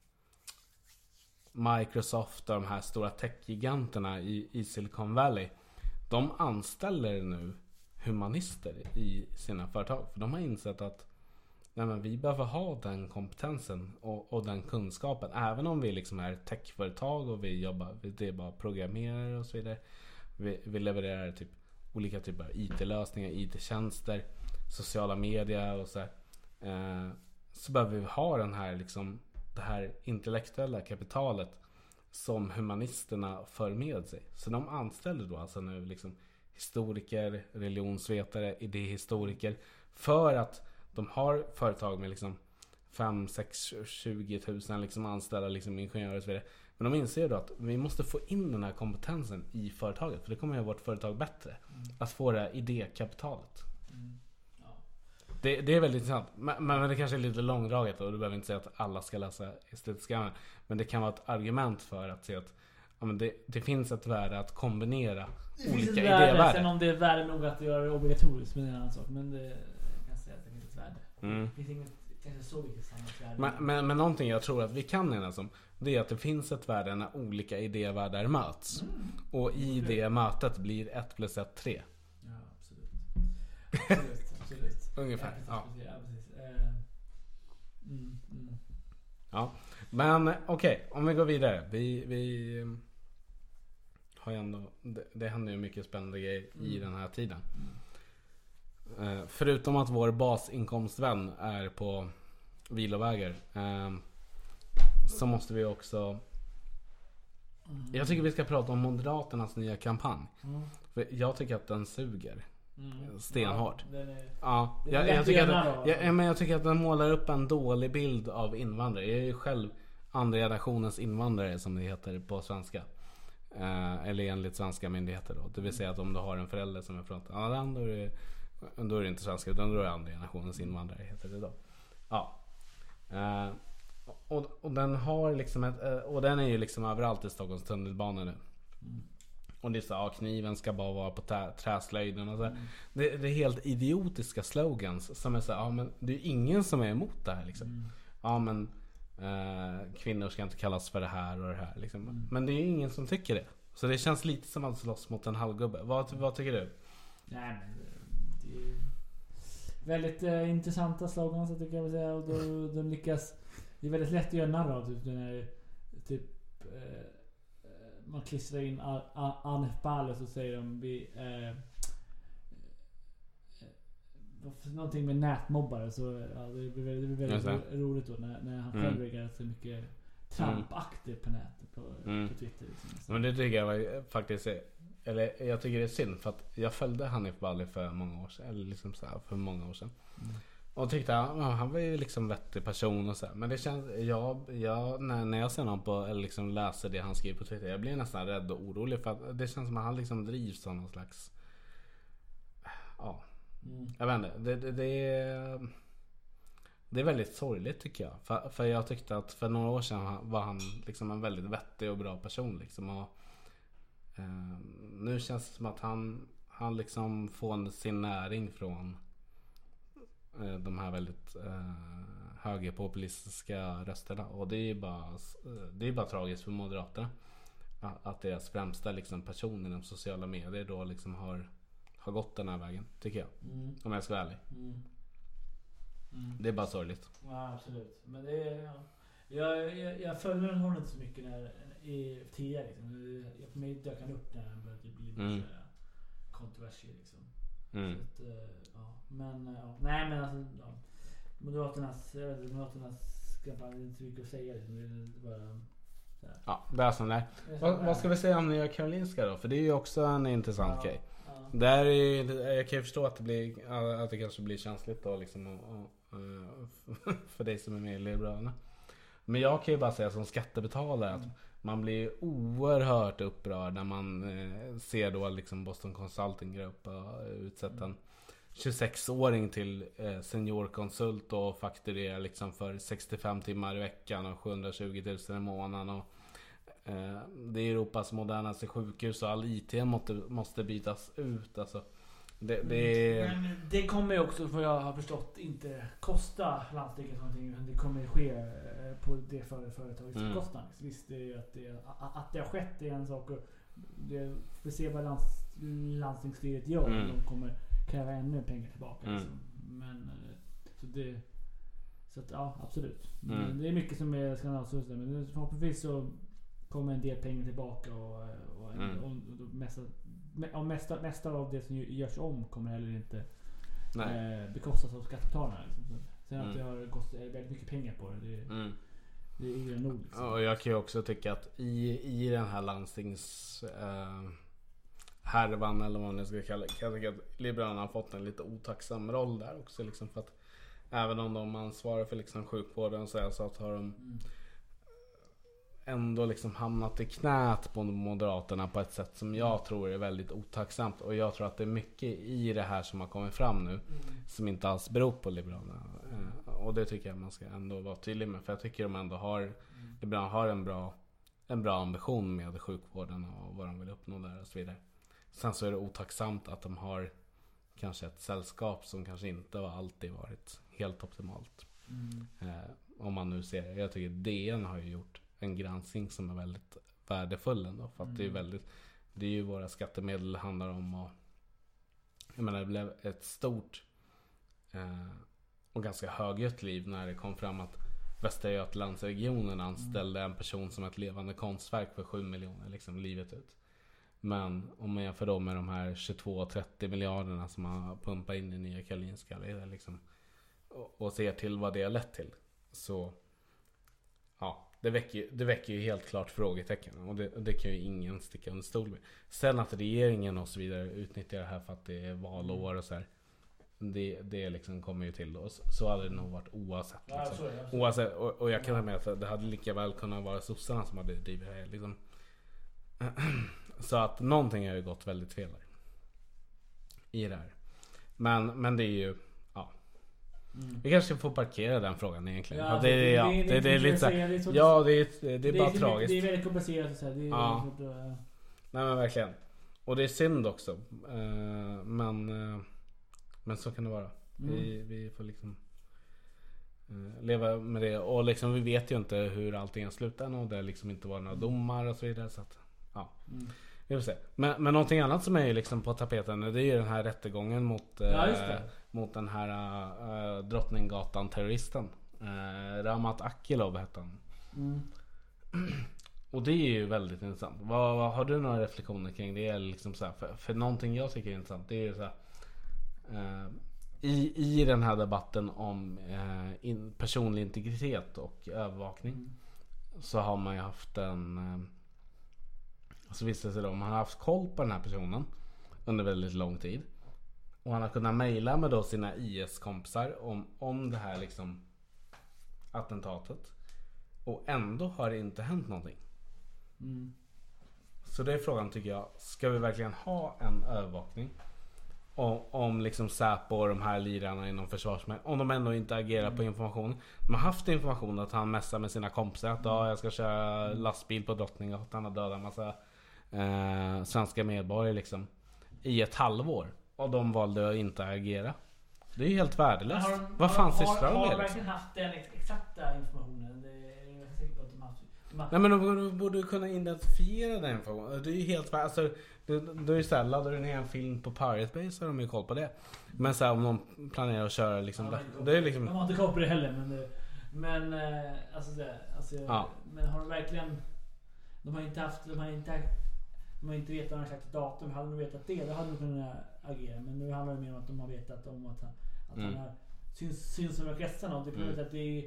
Microsoft och de här stora techgiganterna i, i Silicon Valley, de anställer nu humanister i sina företag. För de har insett att nej, men vi behöver ha den kompetensen och, och den kunskapen. Även om vi liksom är techföretag och vi jobbar, det är bara programmerare och så vidare. Vi, vi levererar typ olika typer av I T-lösningar, I T-tjänster. sociala medier och så här, eh, så behöver vi ha den här liksom, det här intellektuella kapitalet som humanisterna för med sig. Så de anställer då alltså nu liksom historiker, religionsvetare, idéhistoriker, för att de har företag med liksom fem, sex, tjugo tusen liksom anställda liksom ingenjörer och så vidare. Men de inser då att vi måste få in den här kompetensen i företaget, för det kommer göra vårt företag bättre. Mm. Att få det här idékapitalet. Mm. Ja. Det, det är väldigt intressant. Men, men det kanske är lite långdraget, och du behöver inte säga att alla ska läsa estetiska ämnen. Men det kan vara ett argument för att se att ja, men det, det finns ett värde att kombinera det olika idévärden. Sen om det är värde nog att göra det obligatoriskt, men det är en annan sak. Men det kan jag säga att det finns ett värde. Mm. Det finns inget kanske så viktigt samhällsvärde. Men, men, men någonting jag tror att vi kan enas om, det är att det finns ett värde när olika idévärldar möts. Mm. Och i det mötet blir ett plus ett tre. Ja, absolut. Absolut, absolut. Ungefär, ja. Ja, precis. Uh, mm, mm. Ja, men okej, okay, om vi går vidare. Vi, vi har ju ändå, det, det händer ju mycket spännande grejer mm. i den här tiden. Mm. Uh, förutom att vår basinkomstvän är på vilovägar, uh, så måste vi också mm. jag tycker vi ska prata om Moderaternas nya kampanj. Mm. För jag tycker att den suger. Mm. Stenhårt. Ja, är, ja jag, jag, tycker att, jag, men jag tycker att den målar upp en dålig bild av invandrare. Jag är ju själv andra generationens invandrare, som det heter på svenska. Eh, eller enligt svenska myndigheter då. Det vill säga att om du har en förälder som är från ja, då är det, då är det inte svenska, utan då är det andra generationens invandrare, heter det då. Ja. Eh, och, och den har liksom ett, och den är ju liksom överallt i Stockholms tunnelbana nu. Mm. Och det är så, ja, kniven ska bara vara på tä- träslöjden och så. Mm. Det, det är helt idiotiska slogans som är så, ja men det är ingen som är emot det här liksom. Mm. Ja men eh, kvinnor ska inte kallas för det här och det här liksom. Mm. Men det är ju ingen som tycker det. Så det känns lite som att slåss mot en halvgubbe. Vad, vad tycker du? Nej men det är väldigt eh, intressanta slogans, så tycker jag vill säga. Och då, de lyckas, det är väldigt lätt att göra narr av typ den här typ eh, man klistrar in Hanif Bali och så säger de vi eh, eh, någonting med nätmobbare, så ja, det blir väldigt, det blir väldigt ro, roligt då när, när han själv är mm. så mycket trampaktig på nätet på, mm. på Twitter liksom. Men det tycker jag var, faktiskt är, eller jag tycker det är synd, för att jag följde Hanif Bali för många år sedan, eller liksom så här, för många år sedan. Mm. Och tyckte ja, han var ju liksom vettig person och så här. Men det känns, jag, jag, när, när jag ser någon på, eller liksom läser det han skriver på Twitter, jag blir nästan rädd och orolig, för att det känns som att han liksom drivs av någon slags ja, mm. jag vet inte, det, det, det är det är väldigt sorgligt tycker jag, för, för jag tyckte att för några år sedan var han liksom en väldigt vettig och bra person liksom, och eh, nu känns det som att han, han liksom får sin näring från de här väldigt eh, högerpopulistiska rösterna, och det är bara det är bara tragiskt för Moderaterna att deras främsta liksom person inom sociala medier då liksom har har gått den här vägen, tycker jag. Mm. Om jag ska vara ärlig. Mm. Mm. Det är bara sorgligt. Ja, absolut. Men det är, ja. jag, jag, jag följer honom inte så mycket när, i, tidigare liksom. Jag, för mig dök han upp när han började bli lite mm. kontroversiell liksom. Mm. Så att, ja. Men ja. Nej men alltså ja. Moderaternas jag vet, Moderaternas kampanj, inte mycket att säga liksom. Det är bara så här. Ja, det är sån där. Vad, vad ska vi säga om Nya Karolinska då? För det är ju också en intressant ja. grej. Ja. Där är, jag kan ju förstå att det blir att det kanske blir känsligt då liksom, och, och, för dig som är med i Liberalerna. Men jag kan ju bara säga som skattebetalare att mm. man blir oerhört upprörd när man eh, ser då liksom Boston Consulting Group uh, utsett en tjugosex-åring till eh, seniorkonsult och fakturerar liksom för sextiofem timmar i veckan och sjuhundratjugo tusen i månaden, och eh, det är Europas modernaste sjukhus och all I T måste, måste bytas ut alltså. Det, det... Men det kommer ju också, för jag har förstått, inte kosta landstinget någonting. Det kommer ske på det för företagets mm. kostnad. Visst är ju att det, att det har skett är en sak, och det, vi ser vad lands, landstingsstyret gör. Mm. De kommer kräva ännu pengar tillbaka. Mm. Liksom. Men så det så att, ja, absolut. Mm. Det är mycket som är skandalöst, men förhoppningsvis så kommer en del pengar tillbaka, och, och, en, mm. och, och mesta, och mesta, mesta av det som görs om kommer heller inte eh, bekostas av skattebetalarna. Liksom. Sen Mm. att det har kostat väldigt mycket pengar på det. Det, Mm. det är ju nog. Liksom. Och jag kan ju också tycka att i, i den här landstings eh, härvan eller vad man nu ska kalla det, kan jag tycka att Liberalerna har fått en lite otacksam roll där också liksom, för att även om de ansvarar för liksom sjukvården så, så att har de Mm. ändå liksom hamnat i knät på Moderaterna på ett sätt som jag tror är väldigt otacksamt. Och jag tror att det är mycket i det här som har kommit fram nu Mm. som inte alls beror på Liberalerna. Eh, och det tycker jag man ska ändå vara tydlig med, för jag tycker de ändå har Liberalerna har en bra en bra ambition med sjukvården och vad de vill uppnå där och så vidare. Sen så är det otacksamt att de har kanske ett sällskap som kanske inte har alltid varit helt optimalt. Mm. Eh, om man nu ser det. Jag tycker D N har ju gjort en granskning som är väldigt värdefull ändå, för att Mm. det är väldigt, det är ju våra skattemedel det handlar om, och jag menar det blev ett stort eh, och ganska högljutt liv när det kom fram att Västra Götalandsregionen anställde en person som ett levande konstverk för sju miljoner liksom livet ut. Men om man jämför då med de här tjugotvå trettio miljarderna som man har pumpat in i Nya Karolinska liksom, och, och ser till vad det har lett till, så ja, det väcker, det väcker ju helt klart frågetecken, och det, det kan ju ingen sticka under stol med. Sen att regeringen och så vidare utnyttjar det här för att det är valår och så här, det, det liksom kommer ju till, och så, så hade det nog varit oavsett, Ja, liksom. så är det, absolut. Oavsett, och, och jag kan ta med att det hade lika väl kunnat vara sossarna som hade drivit det här liksom. Så att någonting har ju gått väldigt fel där i det här. Men, men det är ju ja. Mm. Vi kanske får parkera den frågan egentligen. Ja, Ja, det, det, ja, det, det, det är lite så här, det är svårt ja, att- det är, det är bara det är, tragiskt. Det är väldigt komplicerat så här. Det är Ja. svårt att, Nej men verkligen. Och det är synd också. Eh, men eh, men så kan det vara. Mm. Vi, vi får liksom eh, leva med det. Och liksom vi vet ju inte hur allting har slutat än, och det liksom inte var några domar och så vidare, så att ja. Mm. Vi får se. Men, men någonting annat som är ju liksom på tapeten, det är ju den här rättegången mot eh, Ja, just det. mot den här eh, Drottninggatan terroristen. Eh, Ramat Akilov hette han. Mm. Och det är ju väldigt intressant. Vad, vad har du några reflektioner kring det? Eller liksom så här, för, för någonting jag tycker är intressant, det är ju så här, eh, i, i den här debatten om eh, in, personlig integritet och övervakning, Mm. så har man ju haft en eh, så visste sig då, man har haft koll på den här personen under väldigt lång tid, och han har kunnat mejla med då sina I S-kompisar om, om det här liksom attentatet, och ändå har det inte hänt någonting. Mm. Så det är frågan, tycker jag, ska vi verkligen ha en övervakning om, om liksom Säpo och de här lirarna inom försvarsmakten, om de ändå inte agerar på information. De har haft information att han mässar med sina kompisar att ja, jag ska köra lastbil på Drottninggatan och döda en massa eh, svenska medborgare liksom i ett halvår, och de valde att inte agera. Det är ju helt värdelöst. Har de- Vad fan har- sysslar de Har med de liksom? verkligen haft den ex- exakta informationen? Det är jag är säker på att de har haft. De har, Nej, men de borde, borde kunna identifiera den informationen. Det är ju helt vär- alltså, det, det är ju såhär, laddar du ner en film på Pirate Bay så har de ju koll på det. Men så här, om de planerar att köra liksom, Ja, det, men- det är liksom de har inte koll på det heller, men det, men eh, alltså det, alltså, Ja. men har de verkligen, de har inte haft, de har inte de har inte vetat något exakt datum. Hade de vetat det, då hade de kunnat agera. Men nu handlar det mer om att de har vetat om att han, att Mm. han har syns, syns över kretsarna, och det är Mm. att det är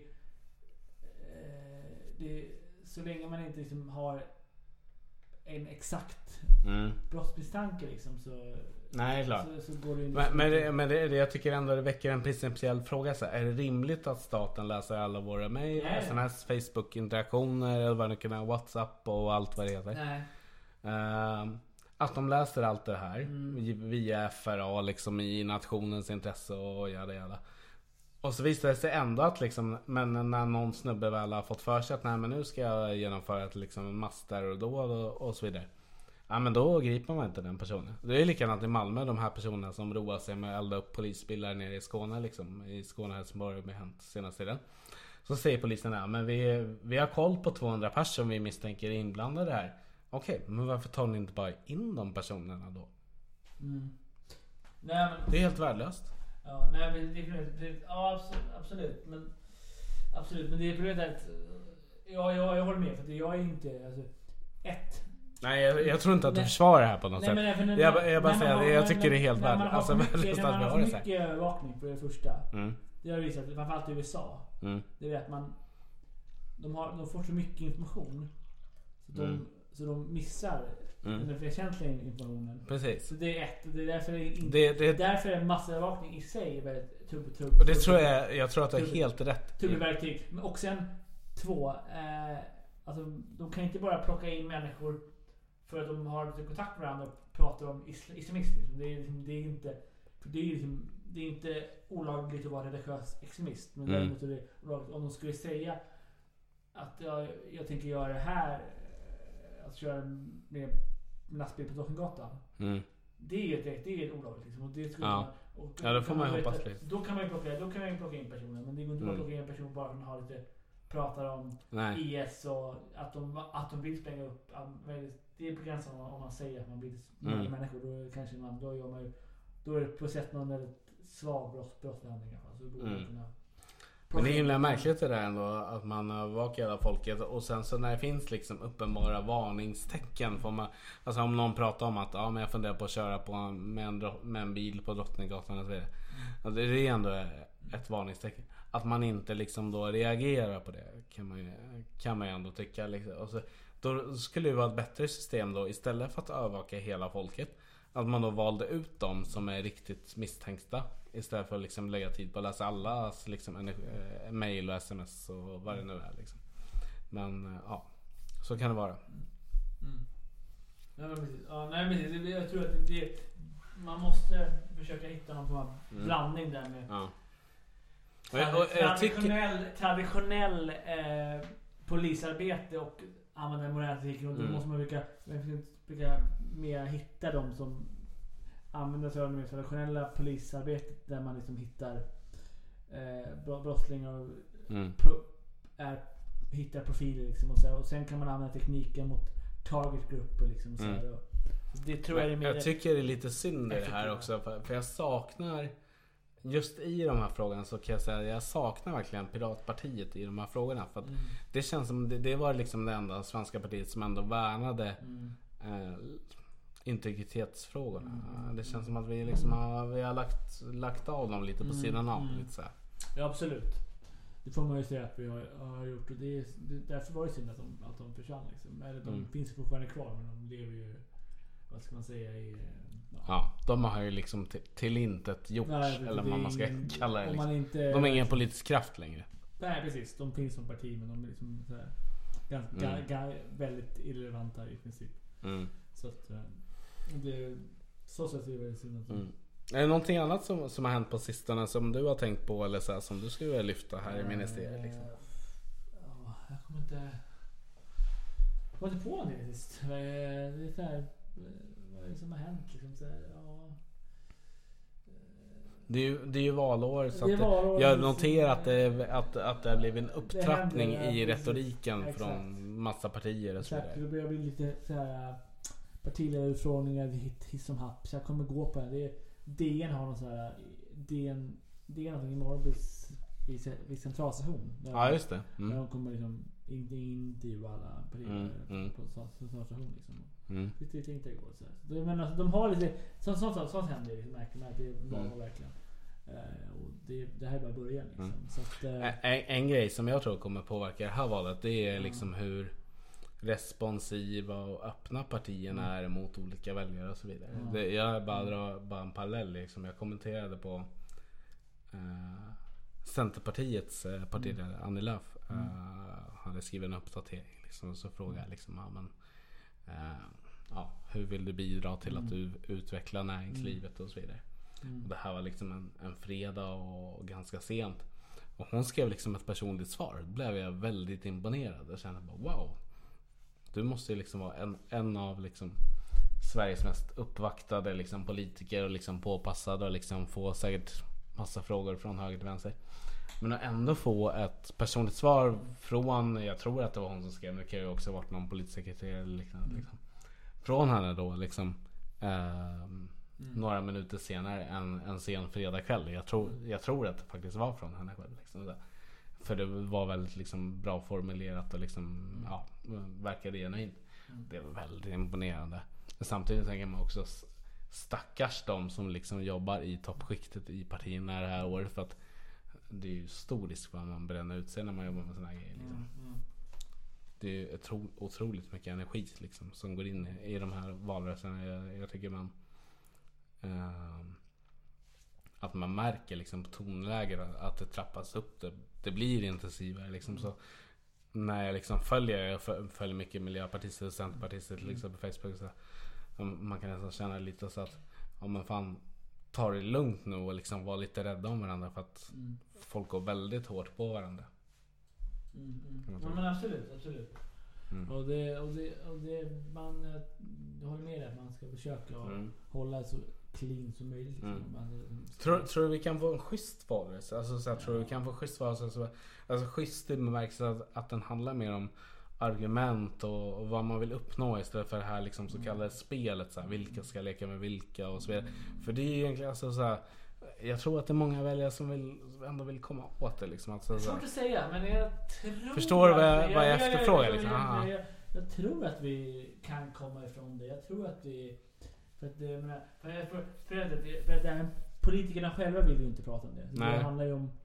eh, det är, så länge man inte liksom har en exakt mm. brottsmisstanke liksom, så Nej, klart. så, så går det ju Men, men, det, men det, det, jag tycker ändå det väcker en principiell fråga så här, är det rimligt att staten läser alla våra mejl, Nej. sms, Facebook interaktioner eller vad det kan vara, WhatsApp och allt vad det heter? Nej. Ehm, att de läser allt det här Mm. via F R A liksom i nationens intresse och jada jada. Och så visar det sig ändå att liksom, men när någon snubbe väl har fått för sig att nej, men nu ska jag genomföra ett liksom massterrordåd och, och så vidare. Ja, men då griper man inte den personen. Det är likadant i Malmö, de här personerna som roar sig med att elda upp polisbilar nere i Skåne liksom, i Skåne och Helsingborg med hänt senaste tiden. Så säger polisen, ja men vi, vi har koll på tvåhundra personer som vi misstänker är inblandade här. Okej, men varför tar ni inte bara in de personerna då? Mm. Nej, men, Det är helt värdelöst. ja, nej, men det, det, det, ja, absolut, absolut, men absolut, men det är problemet att ja, jag, jag håller med, för att jag är inte, alltså, ett, Nej, jag, jag tror inte att du försvarar det här på något Nej, sätt. men även när- Jag, jag bara när säger man att har- jag när- tycker det är helt när man värdigt. har Alltså för mycket- värdelöst när att man vi har har för det så här. mycket övervakning på det första. Mm, Det har visat, framförallt i U S A. mm, Det är att man de, har, de får så mycket information så de, Mm. så de missar Mm. den väsentliga informationen. precis. Så det är ett, det är därför det är inte, Det, det, därför är massövervakning i sig väldigt trubbigt. Trubb, och det tror jag, jag tror att det är helt rätt. trubbigt verktyg. Men och sen två, eh, alltså de kan inte bara plocka in människor för att de har lite kontakt med varandra och pratar om isl- islamism. Det är, liksom, det är inte det är, liksom, det är inte olagligt att vara religiös extremist. Men Mm. däremot är det olagligt om de skulle säga att jag, jag tänker göra det här, eh, att köra med lastbil på Drottninggatan. Mm. Det är ju direkt, det är olagligt liksom. Och det skulle Ja. man, och Ja, då får man ju veta- hoppas det. Då kan man ju plocka, då kan man ju plocka in personer. Men det går inte bara att Mm. plocka in en person bara för att ha lite, pratar om Nej. I S och att de, att de vill spränga upp. um, väldigt- Det är begränsat om man, om man säger att man vill mörda Mm. människor. Då kanske man, då gör man ju, då är det på sätt någon väldigt svag brott, brottshandling i alla fall. Så då borde Mm. man kunna Men det är himla märkligt det där ändå, att man övervakar hela folket och sen så när det finns liksom uppenbara varningstecken får man, alltså om någon pratar om att ja men jag funderar på att köra på en, med, en, drott- med en bil på Drottninggatan och så vidare. Och det är ändå ett varningstecken. Att man inte liksom då reagerar på det kan man ju, kan man ju ändå tycka liksom. Och så, då skulle det vara ett bättre system då istället för att övervaka hela folket. Att man då valde ut dem som är riktigt misstänkta istället för att liksom lägga tid på att läsa allas liksom, energi- eh, mail och sms och vad det nu är liksom. Men eh, ja, så kan det vara. Mm. Ja, men precis. Ja, nej, precis. Det- Jag tror att det, det, man måste försöka hitta någon form av Mm. blandning där med Ja. Och jag, och jag tycker... traditionell, traditionell eh, polisarbete och använda modern teknik. Och då Mm. måste man försöka, försöka mer hitta dem som använder sig av det mer traditionella polisarbetet där man liksom hittar eh, bro- brottslingar och Mm. pro, är, hittar profiler liksom och, så här, och sen kan man använda tekniken mot targetgrupper liksom och så här, Mm. och, så det tror jag är Men mer jag tycker det är lite synd i det här effektiva. också för, för jag saknar just i de här frågorna så kan jag säga jag saknar verkligen Piratpartiet i de här frågorna för att Mm. det känns som det, det var liksom det enda svenska partiet som ändå värnade Mm. eh, integritetsfrågorna. Mm. Det känns som att vi liksom har, vi har lagt, lagt av dem lite på Mm. sidan av. Mm. Lite så här. Ja, absolut. Det får man ju säga att vi har, har gjort och det, är- det, därför var det synd att de, att de försvann liksom. Eller de Mm. finns fortfarande kvar men de lever ju, vad ska man säga, i... Ja. Ja, de har ju liksom till, till intet gjort Nej, det- eller det vad är man ska ingen- kalla det. om Liksom. man inte, De har ingen politisk kraft längre. Nej, precis. De finns som parti men de är liksom så här, ganska, Mm. ga, väldigt irrelevanta i princip. Mm. Så att eh, det, så sätt är det väldigt synd att Mm. Är det någonting annat som, som har hänt på sistone som du har tänkt på eller så här, som du skulle vilja lyfta här i ministeriet? Liksom? Eh, Ja, jag kommer inte... Jag kommer inte på någonting faktiskt. Eh, Det är så här, eh, vad är det som har hänt liksom? Så här, ja. Det är ju, det är ju valår så Det är att valår, jag liksom. noterar att det, att, att det har blivit en upptrappning händer, i ja, precis. retoriken Exakt. från massa partier och så Exakt, vidare. det börjar bli lite så här partiledarutfrågningar hit, hiss som happ. Så jag kommer gå på det. det är, D N har någon så här D N, D N har någonting imorgon vid, vid, vid centralstation. Där, Ja just det. där Mm. de kommer liksom in, intervjua alla partiledare Mm, mm. på centralstation liksom. Mm. Det tänkte jag igår. Så här. Så det, men alltså, de har lite sånt, sånt, sånt, sånt händer liksom, märker man att det är val Mm. verkligen. Eh, och det, det här är bara början liksom. Mm. Så att, eh, En, en grej som jag tror kommer påverka det här valet, det är Ja. liksom hur responsiva och öppna partierna Mm. är mot olika väljare och så vidare. Ja. Det, jag bara drar bara en parallell liksom. Jag kommenterade på eh, Centerpartiets eh, partiledare Mm. Annie Lööf eh, hade skrivit en uppdatering liksom, och så frågade jag liksom, ja, men, eh, ja, hur vill du bidra till att du utvecklar näringslivet och så vidare. mm. Och det här var liksom en, en fredag och ganska sent. Och hon skrev liksom ett personligt svar. Då blev jag väldigt imponerad. Jag kände bara wow. Du måste ju liksom vara en, en av liksom Sveriges mest uppvaktade liksom politiker och liksom påpassade och liksom få säkert massa frågor från höger till vänster. Men att ändå få ett personligt svar från, jag tror att det var hon som skrev, det kan ju också ha varit någon polissekreterare liksom, Mm. liksom. Från henne då liksom ehm, Mm. några minuter senare en, en sen fredagkväll. Jag tror, jag tror att det faktiskt var från henne själv. Liksom, där. För det var väldigt liksom, bra formulerat och liksom, ja, verkade genuint. Det är väldigt imponerande. Samtidigt tänker man också stackars de som liksom jobbar i toppskiktet i partierna det här året, för att det är ju stor risk för att man bränner ut sig när man jobbar med såna här grejer liksom. Mm, mm. Det är ju otro, otroligt mycket energi liksom, som går in i, i de här valrörelserna. Jag, jag tycker man uh, att man märker liksom på tonläget att det trappas upp, det, det blir intensivare liksom. Mm. Så när jag liksom följer jag följer mycket miljöpartister och centerpartister till exempel på Facebook, så man kan nästan känna lite så att om man fan tar det lugnt nu och liksom vara lite rädda om varandra, för att mm. folk går väldigt hårt på varandra. Mm, mm. Ja, men absolut, absolut. Mm. Och det, och det, och det man jag håller med dig att man ska försöka mm. hålla så clean som möjligt liksom. Mm. Man, tror, tror du vi kan få en schysst valrörelse? Alltså så här, ja. Tror du vi kan få en schysst valrörelse? Alltså schysst i bemärkelsen att, att den handlar mer om argument och, och vad man vill uppnå istället för det här liksom så kallade spelet så här, vilka ska leka med vilka och så vidare. För det är egentligen alltså så här, jag tror att det är många väljare som vill, ändå vill komma åt det liksom. Alltså, det är svårt att säga, men jag tror... Förstår du vad jag, jag, vad jag jag efterfrågar jag, liksom? jag, jag, jag, jag tror att vi kan komma ifrån det. Jag tror att vi... För att det, menar, för, för, för, för, att det, för att det här, politikerna själva vill ju inte prata om det. Så det handlar ju om...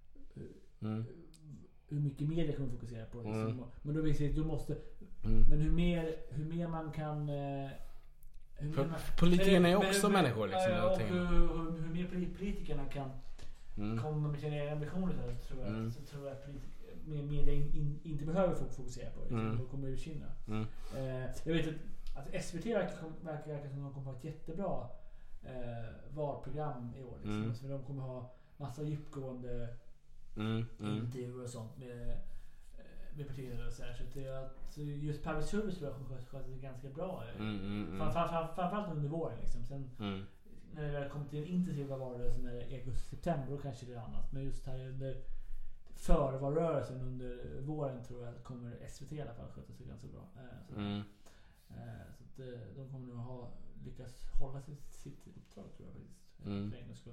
Mm. hur mycket media kommer fokusera på det. Mm. Men då vill jag du måste mm. men hur mer hur mer man kan eh, hur för, mer man, politikerna är men, också men, människor liksom, ja, och hur, hur, hur mer politikerna kan mm. komma med sina egna ambitioner så tror jag mm. så tror jag att media in, in, inte behöver fokusera på det. Mm. Då kommer det försvinna. Mm. Eh, jag vet att, att S V T verkar, verkar, verkar som att de kommer ha ett jättebra eh, valprogram i år liksom. Mm. Så de kommer ha massa djupgående Mm, mm. intervjuer och sånt med, med partier och så här. Så det är att just public service tror jag sköter det ganska bra. Mm, mm, mm. Framförallt under våren liksom. Sen mm. när det väl kommer till en intensiva valrörelse när det är augusti-september då kanske det är annat. Men just här under förvalrörelsen under våren tror jag kommer S V T i alla fall sköta sig ganska bra. Så, mm. så att de kommer nog ha lyckats hålla sitt, sitt uppdrag tror jag faktiskt. Mm. För en skull.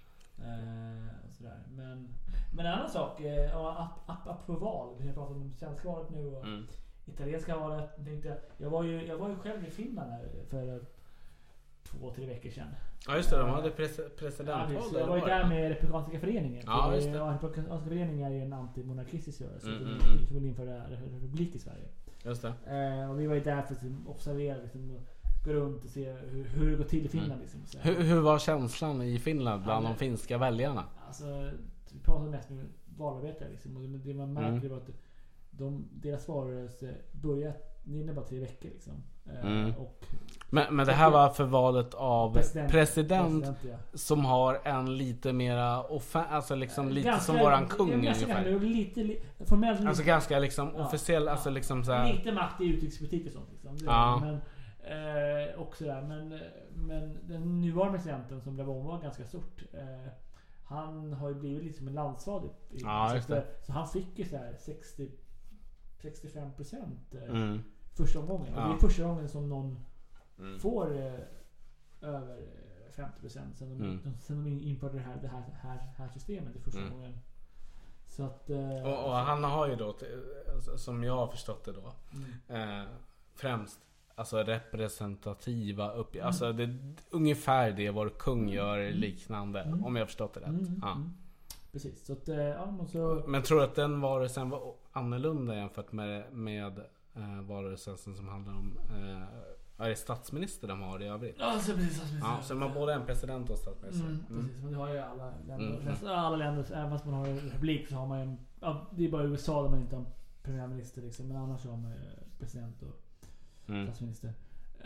Eh, sådär. Men, men en annan sak eh, ap, ap, apropå val, vi har pratat om svenska valet nu och mm. italienska valet. Tänkte, jag, var ju, jag var ju själv i Finland här för två, tre veckor sedan. Ja just det, de hade pres- presidentval. Ja, jag var ju där med Republikanska föreningen. Ja, just det. Ja, Republikanska föreningen är ju en antimonarkistisk rörelse mm, mm, mm. som vill införa republik i Sverige. Just det. Eh, och vi var ju där för att observera liksom, gå runt och se hur, hur det går till i Finland. Mm. Liksom, så. Hur, hur var känslan i Finland bland ja, de finska väljarna? Alltså, vi pratade mest med valarbetare liksom, och det, det man märkte mm. var att de, deras valrörelse började innan bara tre veckor liksom. Mm. Och, men, men det här var för valet av president, president, president ja. Som har en lite mera offen- alltså liksom lite ganska, som våran kung ungefär. Lite, lite, formellt, alltså ganska liksom ja, officiell, ja, alltså liksom så här. Lite makt i utrikespolitik och sånt liksom. Det, ja. Men Eh, och sådär, men, men den nuvarande presidenten som blev om var ganska stort. Eh, han har ju blivit liksom en landsfader. Ja, så, så han fick ju såhär sextio till sextiofem procent eh, mm. första omgången. Ja. Och det är första gången som någon mm. får eh, över femtio procent sen de, mm. sen de införde det här, det här, här, här systemet i första mm. gången. Så att, eh, och, och han har ju då, som jag har förstått det då, mm. eh, främst alltså representativa upp, mm. alltså det ungefär det vår kung gör mm. liknande mm. om jag har förstått det rätt. Mm. Ja. Mm. Precis. Så att, ja, så... Men tror du att den varelsen var annorlunda jämfört med med eh, varelsen som handlar om eh, är det statsminister de har i övrigt? Ja, så precis statsminister. Ja, så man har både en president och statsminister. Mm, mm. Precis, men det har ju alla länder. Mm. Alla länder, även fast man har en republik så har man ju, ja, det är bara U S A där man inte har premiärminister liksom, men annars har man ju president och Mm. statsminister,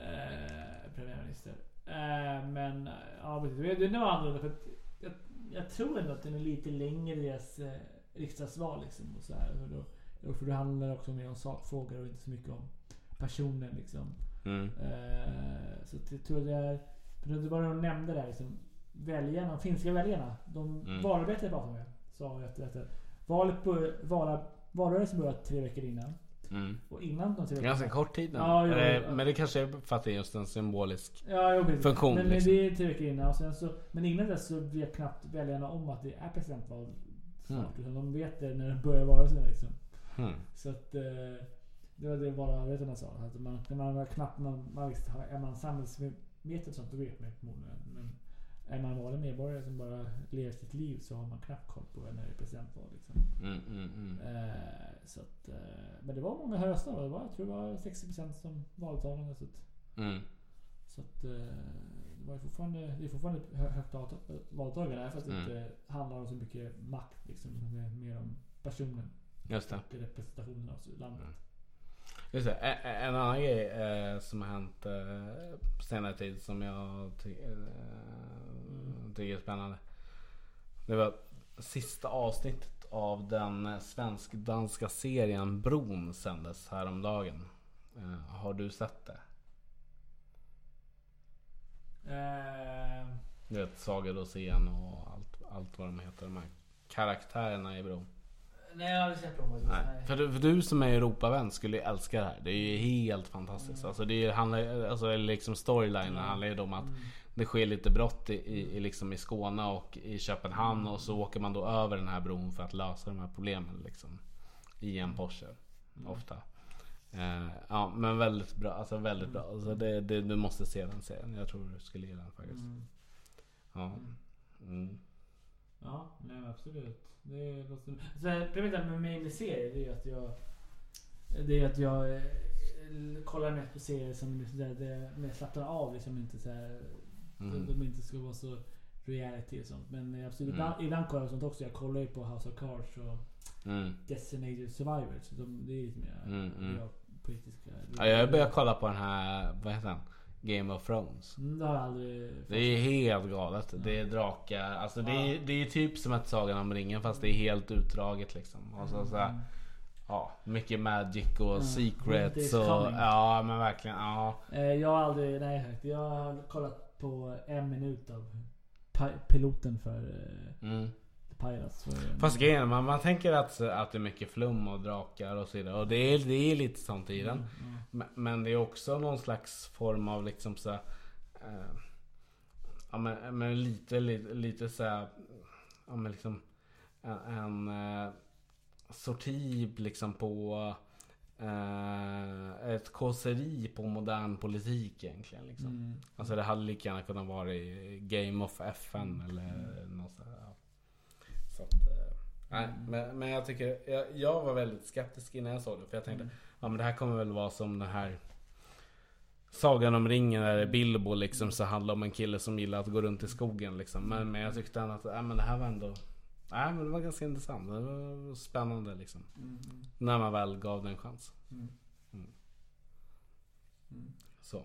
eh, premiärminister. Eh, men ja, det är nog annorlunda för att jag, jag tror ändå att den är lite längre i deras eh, riksdagsval liksom och så här. Och då, för det handlar också mer om sakfrågor och inte så mycket om personen liksom. Mm. Eh, så jag tror det är, för det var det de nämnde där liksom, väljarna, de finska väljarna, de mm. valarbetare bara med sa efter detta. Valet bör, vala, valrörelsen började tre veckor innan. Mm. Och innan de tre ganska kort tid ja, ja, ja. Men det kanske är för att det är just en symbolisk ja, jo, funktion men, liksom. men det är tre veckor innan och sen så, men innan dess så vet knappt väljarna om att det är presidentval snart, mm. utan de vet det när det börjar vara så liksom. Mm. Så att Det var det bara arbetarna sa. Att man, när man var knappt, man, man visste, är man samhällsmetet sånt, då vet man förmodligen. Men är man vanlig medborgare som bara lever sitt liv så har man knappt koll på när det är presidentval liksom. Mm, mm, mm. Eh, så att, eh, men det var många röster. Det var, jag tror det var sextio procent som valtalande. Så att, Mm. så att eh, det var fortfarande, det är fortfarande ett hö- högt valtagande. Även fast det Mm. inte handlar om så mycket makt liksom. Det är mer om personen. Just det. Och representationen av landet. Mm. Just det. En, en annan grej eh, som har hänt eh, på senare tid som jag ty- eh, tycker är spännande. Det var sista avsnittet av den svensk-danska serien Bron sändes häromdagen. Eh, har du sett det? Eh, Du vet, Saga Rosén och allt, allt vad de heter. De här karaktärerna i Bron. nej, jag har aldrig sett dem faktiskt. Nej. Nej. För, du, för du som är Europavän skulle ju älska det här. Det är ju helt fantastiskt. Alltså det är, handlar, alltså liksom storylinen Mm. handlar ju om att Mm. det sker lite brott i, i, i, liksom i Skåne och i Köpenhamn. Och så åker man då över den här bron för att lösa de här problemen liksom. I en Porsche. Mm. Ofta. Eh, ja men väldigt bra. Alltså väldigt bra. Alltså det, det, du måste se den serien. Jag tror du skulle gilla den faktiskt. Mm. Ja. Mm. Ja, nej absolut. Det låter... Så problemet med mig med serier, det är att jag det är att jag eh, kollar mest på serier som liksom där det med slappnar av liksom, inte så här, Mm. de, de inte ska vara så reality och sånt. Men absolut, Mm. ibland, ibland kollar jag sånt också. Jag kollar ju på House of Cards och Mm. Designated Survivors. Så de, det är lite mer Mm, mm. ja, politiska. Ja, jag börjar kolla på den här, vad heter den? Game of Thrones. Mm, det har jag aldrig. Det är helt galet. Det är drakar. Alltså det är, det är typ som ett Sagan om ringen fast det är helt utdraget liksom. Och så, så här, ja, mycket magic och Mm. secrets Winter och is coming. ja, men verkligen ja. Eh, jag har aldrig, nej exakt. Jag har kollat på en minut av pi- piloten för eh, Mm. The Pirates. För, Fast grejen, man, man tänker att, att det är mycket flum och drakar och så vidare. Och det är, det är lite sånt i den. Mm, mm. Men, men det är också någon slags form av liksom så här, eh, ja men, men lite, lite, lite så här, ja men liksom en, en eh, sorti liksom på eh, ett kåseri på modern politik egentligen liksom. Mm. Alltså det hade lika gärna kunnat vara i Game of F N eller något så här, ja. Så att, eh, nej, men, men jag tycker jag, jag var väldigt skeptisk innan jag såg det för jag tänkte, ja men det här kommer väl vara som den här Sagan om ringen där Bilbo liksom så handlar om en kille som gillar att gå runt i skogen liksom. Men, men jag tyckte att ja, men det här var ändå, nej men det var ganska intressant. Det var spännande liksom. Mm. När man väl gav den en chans. Mm. Mm. Mm. Så.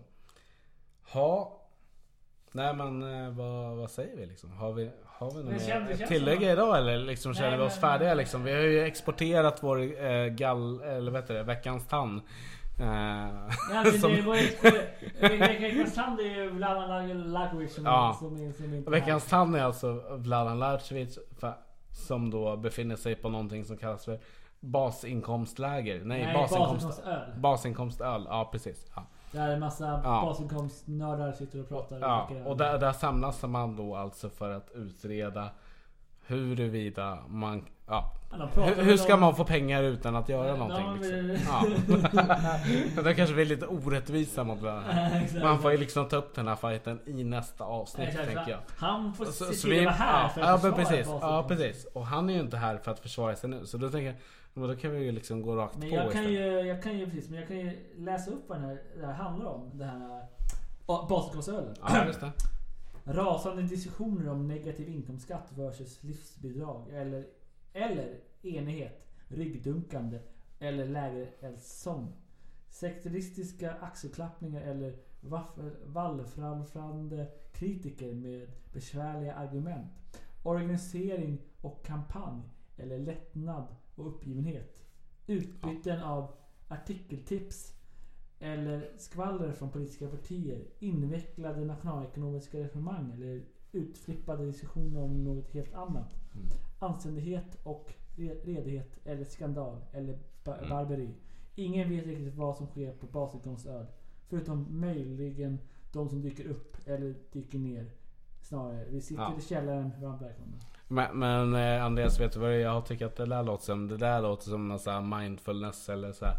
Ha. Nej men eh, vad, vad säger vi liksom? Har vi, har vi något Det känns- det mer känns tillägg som- idag eller liksom Nej, känner vi oss men- färdiga liksom? Vi har ju exporterat vår eh, gall, eller vad heter det, veckans tann. Eh, Ja, men som- det var ju Veckans Tand är ju Vladan Lagovic som, Ja. som, är, som är inte Veckans tann är alltså Vladan Larcevic som då befinner sig på någonting som kallas för basinkomstläger. Nej, Nej, basinkomst, basinkomstöl. basinkomstöl. Ja, precis. Ja. Där en massa Ja. basinkomstnördar sitter och pratar. Ja, dricker öl. och där, där samlas man då alltså för att utreda huruvida man, ja, Ja, de pratar hur, väl hur ska om- man få pengar utan att göra Ja, någonting de liksom. vill- Ja. Det kanske blir lite orättvisa mot varandra. Exakt. Man får ju liksom ta upp den här fighten i nästa avsnitt Exakt, tänker jag. Han får Så, se så till att vara här ja, för att ja, men försvara precis, ja basinkomst. precis. Och han är ju inte här för att försvara sig nu. Så då tänker jag, men då kan vi ju liksom gå rakt Men på jag kan, istället. ju, jag kan ju precis, men jag kan ju läsa upp vad den här, det här handlar om. Det här ba- basinkomstölen. Ja, just det. Rasande diskussioner om negativ inkomstskatt versus livsbidrag. Eller, eller enighet, ryggdunkande eller lägereldsång. Sekteristiska axelklappningar eller vaff- vallframförande kritiker med besvärliga argument. Organisering och kampanj eller lättnad och uppgivenhet. Utbyten av artikeltips eller skvaller från politiska partier. Invecklade nationalekonomiska resonemang eller utflippade diskussioner om något helt annat. Mm. Anständighet och re- redighet eller skandal eller ba- Mm. barbari. Ingen vet riktigt vad som sker på basinkomstöl. Förutom möjligen de som dyker upp eller dyker ner. Snarare, vi sitter Ja. i källaren, varmt välkomna. Men, men eh, Andreas, vet du vad jag tycker att det där låter som? Det där låter som någon sån här mindfulness eller så här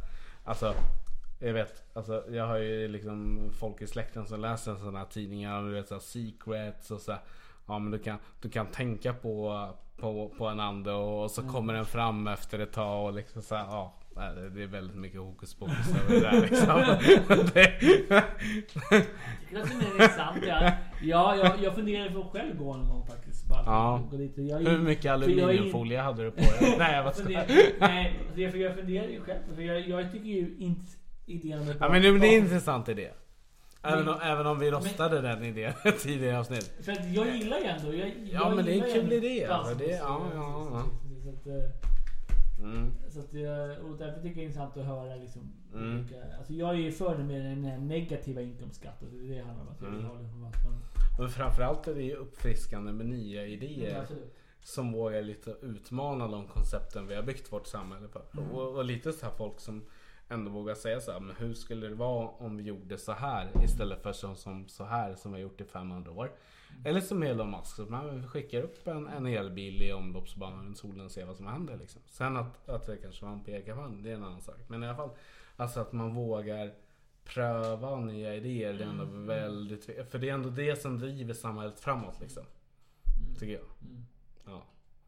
alltså jag vet, alltså jag har ju liksom folk i släkten som läser sådana här tidningar och du vet så här secrets och så här, ja men du kan du kan tänka på på på en ande och så kommer den fram efter ett tag och liksom så här, ja. Nej, det är väldigt mycket hokus pokus över det där liksom. det... Jag tycker att det är sant, ja. Ja, jag, jag funderar på själv gå någon gång faktiskt. Bara ja. gå dit. Jag, hur mycket aluminiumfolie in... hade du på dig? Nej, jag var funderar, nej, det är för jag funderar ju själv. För jag, jag tycker ju inte idén med... Ja, men det är en intressant idé. Även om, även om vi rostade men, den idén tidigare avsnitt. För att jag gillar ju ändå. Jag, ja, jag men det är en kul idé. Alltså, det, ja, ja, ja. Så att, Mm. Så att jag, och därför tycker jag det är intressant att höra liksom, mm. olika, alltså jag är ju för det med den negativa inkomstskatten, det är det det handlar om att mm. jag har liksom att man... Men framförallt är det ju uppfriskande med nya idéer ja, som vågar lite utmana de koncepten vi har byggt vårt samhälle på. Mm. Och, och lite så här folk som ändå vågar säga så här, men hur skulle det vara om vi gjorde så här istället för så, som så här som vi har gjort i femhundra år. Mm. Eller som Elon Musk, så man skickar upp en, en elbil i omloppsbanan runt solen och ser vad som händer liksom. Sen att, att det kanske var en pekafan, det är en annan sak. Men i alla fall, alltså att man vågar pröva nya idéer, det är ändå mm. väldigt, för det är ändå det som driver samhället framåt liksom. Mm. Tycker jag. Mm. Ja.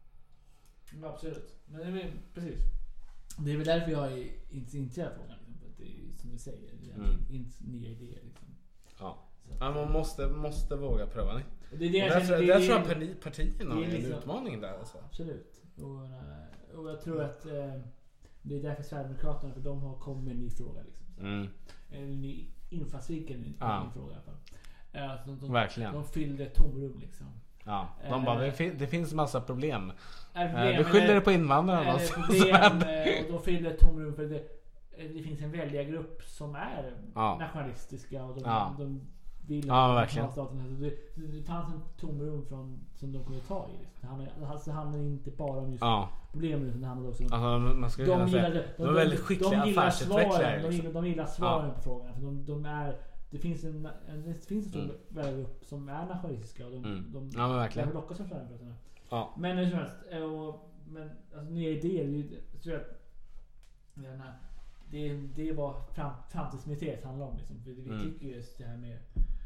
Ja, absolut. Men det är precis. Det är väl därför jag är inte intresserad av frågan liksom, för att det är som du säger, det är mm. inte nya idéer liksom. Ja. Ja, man måste, måste våga pröva det. Och det är det jag där, känner, där det, tror jag parti, partierna är liksom, en utmaning där alltså. Absolut. Och, och jag tror att eh, det är därför Sverigedemokraterna, för de har kommit med en ny fråga liksom. Mm. En ny infallsvinkel, en ja. ny fråga i alla fall. Alltså, de, Verkligen. De fyllde ett tomrum liksom. Ja, de bara, eh, det, det finns massa problem. Är problem vi skyller är, det på invandrarna. Är det problem, och de fyllde ett tomrum för det, det finns en väljargrupp som är ja. nationalistiska och de, ja. de vill ja, verkligen. Det, det fanns en tomrum från, som de kunde ta i. Det handlar, alltså, det handlar inte bara om just ja. problemen, utan det handlar också om alltså, man ska de, säga, de, de är väldigt skickliga affärsutvecklare. De, liksom. de gillar svaren ja. på frågan. För de, de är, det finns en, det finns en stor mm. väljargrupp som är nationalistiska och de, mm. de, ja, men verkligen. de lockas som Sverigedemokraterna. Ja. Men hur som helst, och, men alltså, nya idéer, jag tror att jag menar, det, det är vad fram, framtidsmilitär handlar om liksom. För vi mm. tycker just det här med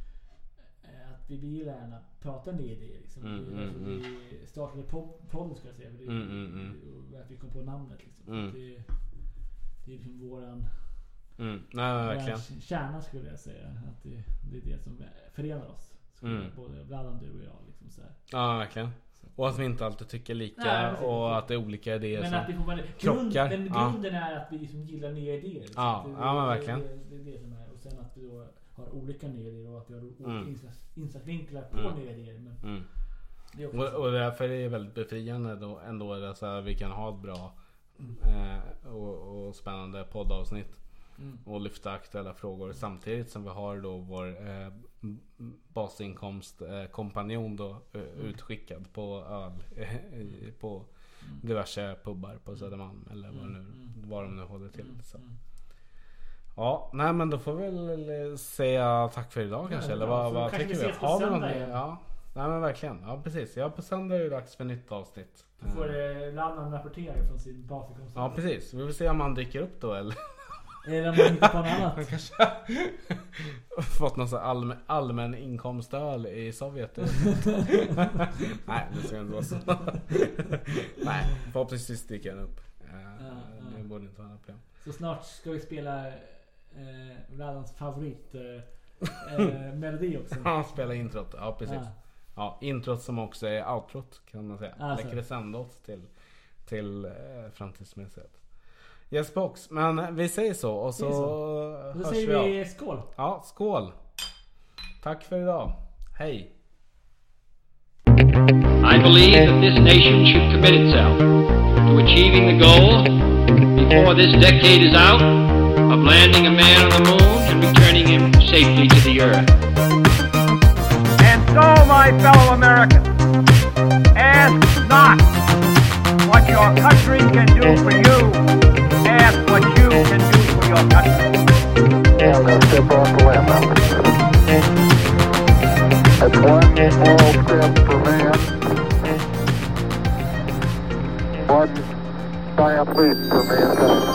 att vi vill gärna prata nya idéer liksom. Mm, vi, mm, alltså, mm. vi startade podden ska jag säga, för det, mm, mm, mm. och att vi kom på namnet liksom. Mm. Det, det är liksom våran mm. Nej, men verkligen. Kärna skulle jag säga, att det, det är det som förenar oss. Mm. Både bland du och jag liksom så här. Ja, verkligen. Och att vi inte alltid tycker lika. Nej, och att det är olika idéer men som att vi får bara, krockar. Men grunden ja. är att vi liksom gillar nya idéer liksom. Ja, det, ja men verkligen. Det, det, det är det som är. Och sen att vi då har olika nya idéer och att vi har olika mm. insatsvinklar på mm. nya idéer. Men mm. det är också och, och därför är det väldigt befriande då, ändå är det så här, vi kan ha ett bra mm. eh, och, och spännande poddavsnitt mm. och lyfta aktuella frågor samtidigt som vi har då vår eh, basinkomst eh, kompanjon då eh, mm. utskickad på öl eh, på mm. diverse pubbar på Södermalm eller vad nu mm. vad de nu håller till så. Mm. Ja, nej men då får vi väl säga tack för idag kanske, ja, eller vad, vad tycker vi? Har vi något mer? Ja. Nej men verkligen, ja precis. Ja, på söndag är det dags för nytt avsnitt. Då får det Lannan rapportera från sin basinkomst. Ja precis, vi vill se om han dyker upp då eller? Eller om man hittar på något annat. Han kanske fått någon sån allmän, allmän inkomstöl i Sovjet. Nej, det ska inte vara så. Nej, förhoppningsvis dyker han upp. uh, ja, Det ja. borde inte vara något problem. Så snart ska vi spela eh, Vladans favorit eh, melodi också. Han spelar introt, ja precis. Ja. Ja, introt som också är outrot kan man säga. Alltså. Det crescendot till, till eh, framtidsmässigt. Yes box, men vi säger så och så, så. Då säger vi, vi skål. Ja, skål. Tack för idag. Hej. I believe that this nation should commit itself to achieving the goal before this decade is out of landing a man on the moon and returning him safely to the earth. And so, my fellow Americans, ask not what your country can do for you. Ask what you can do for your country. And they'll step off the land now. That's one small step for man. One giant leap for mankind.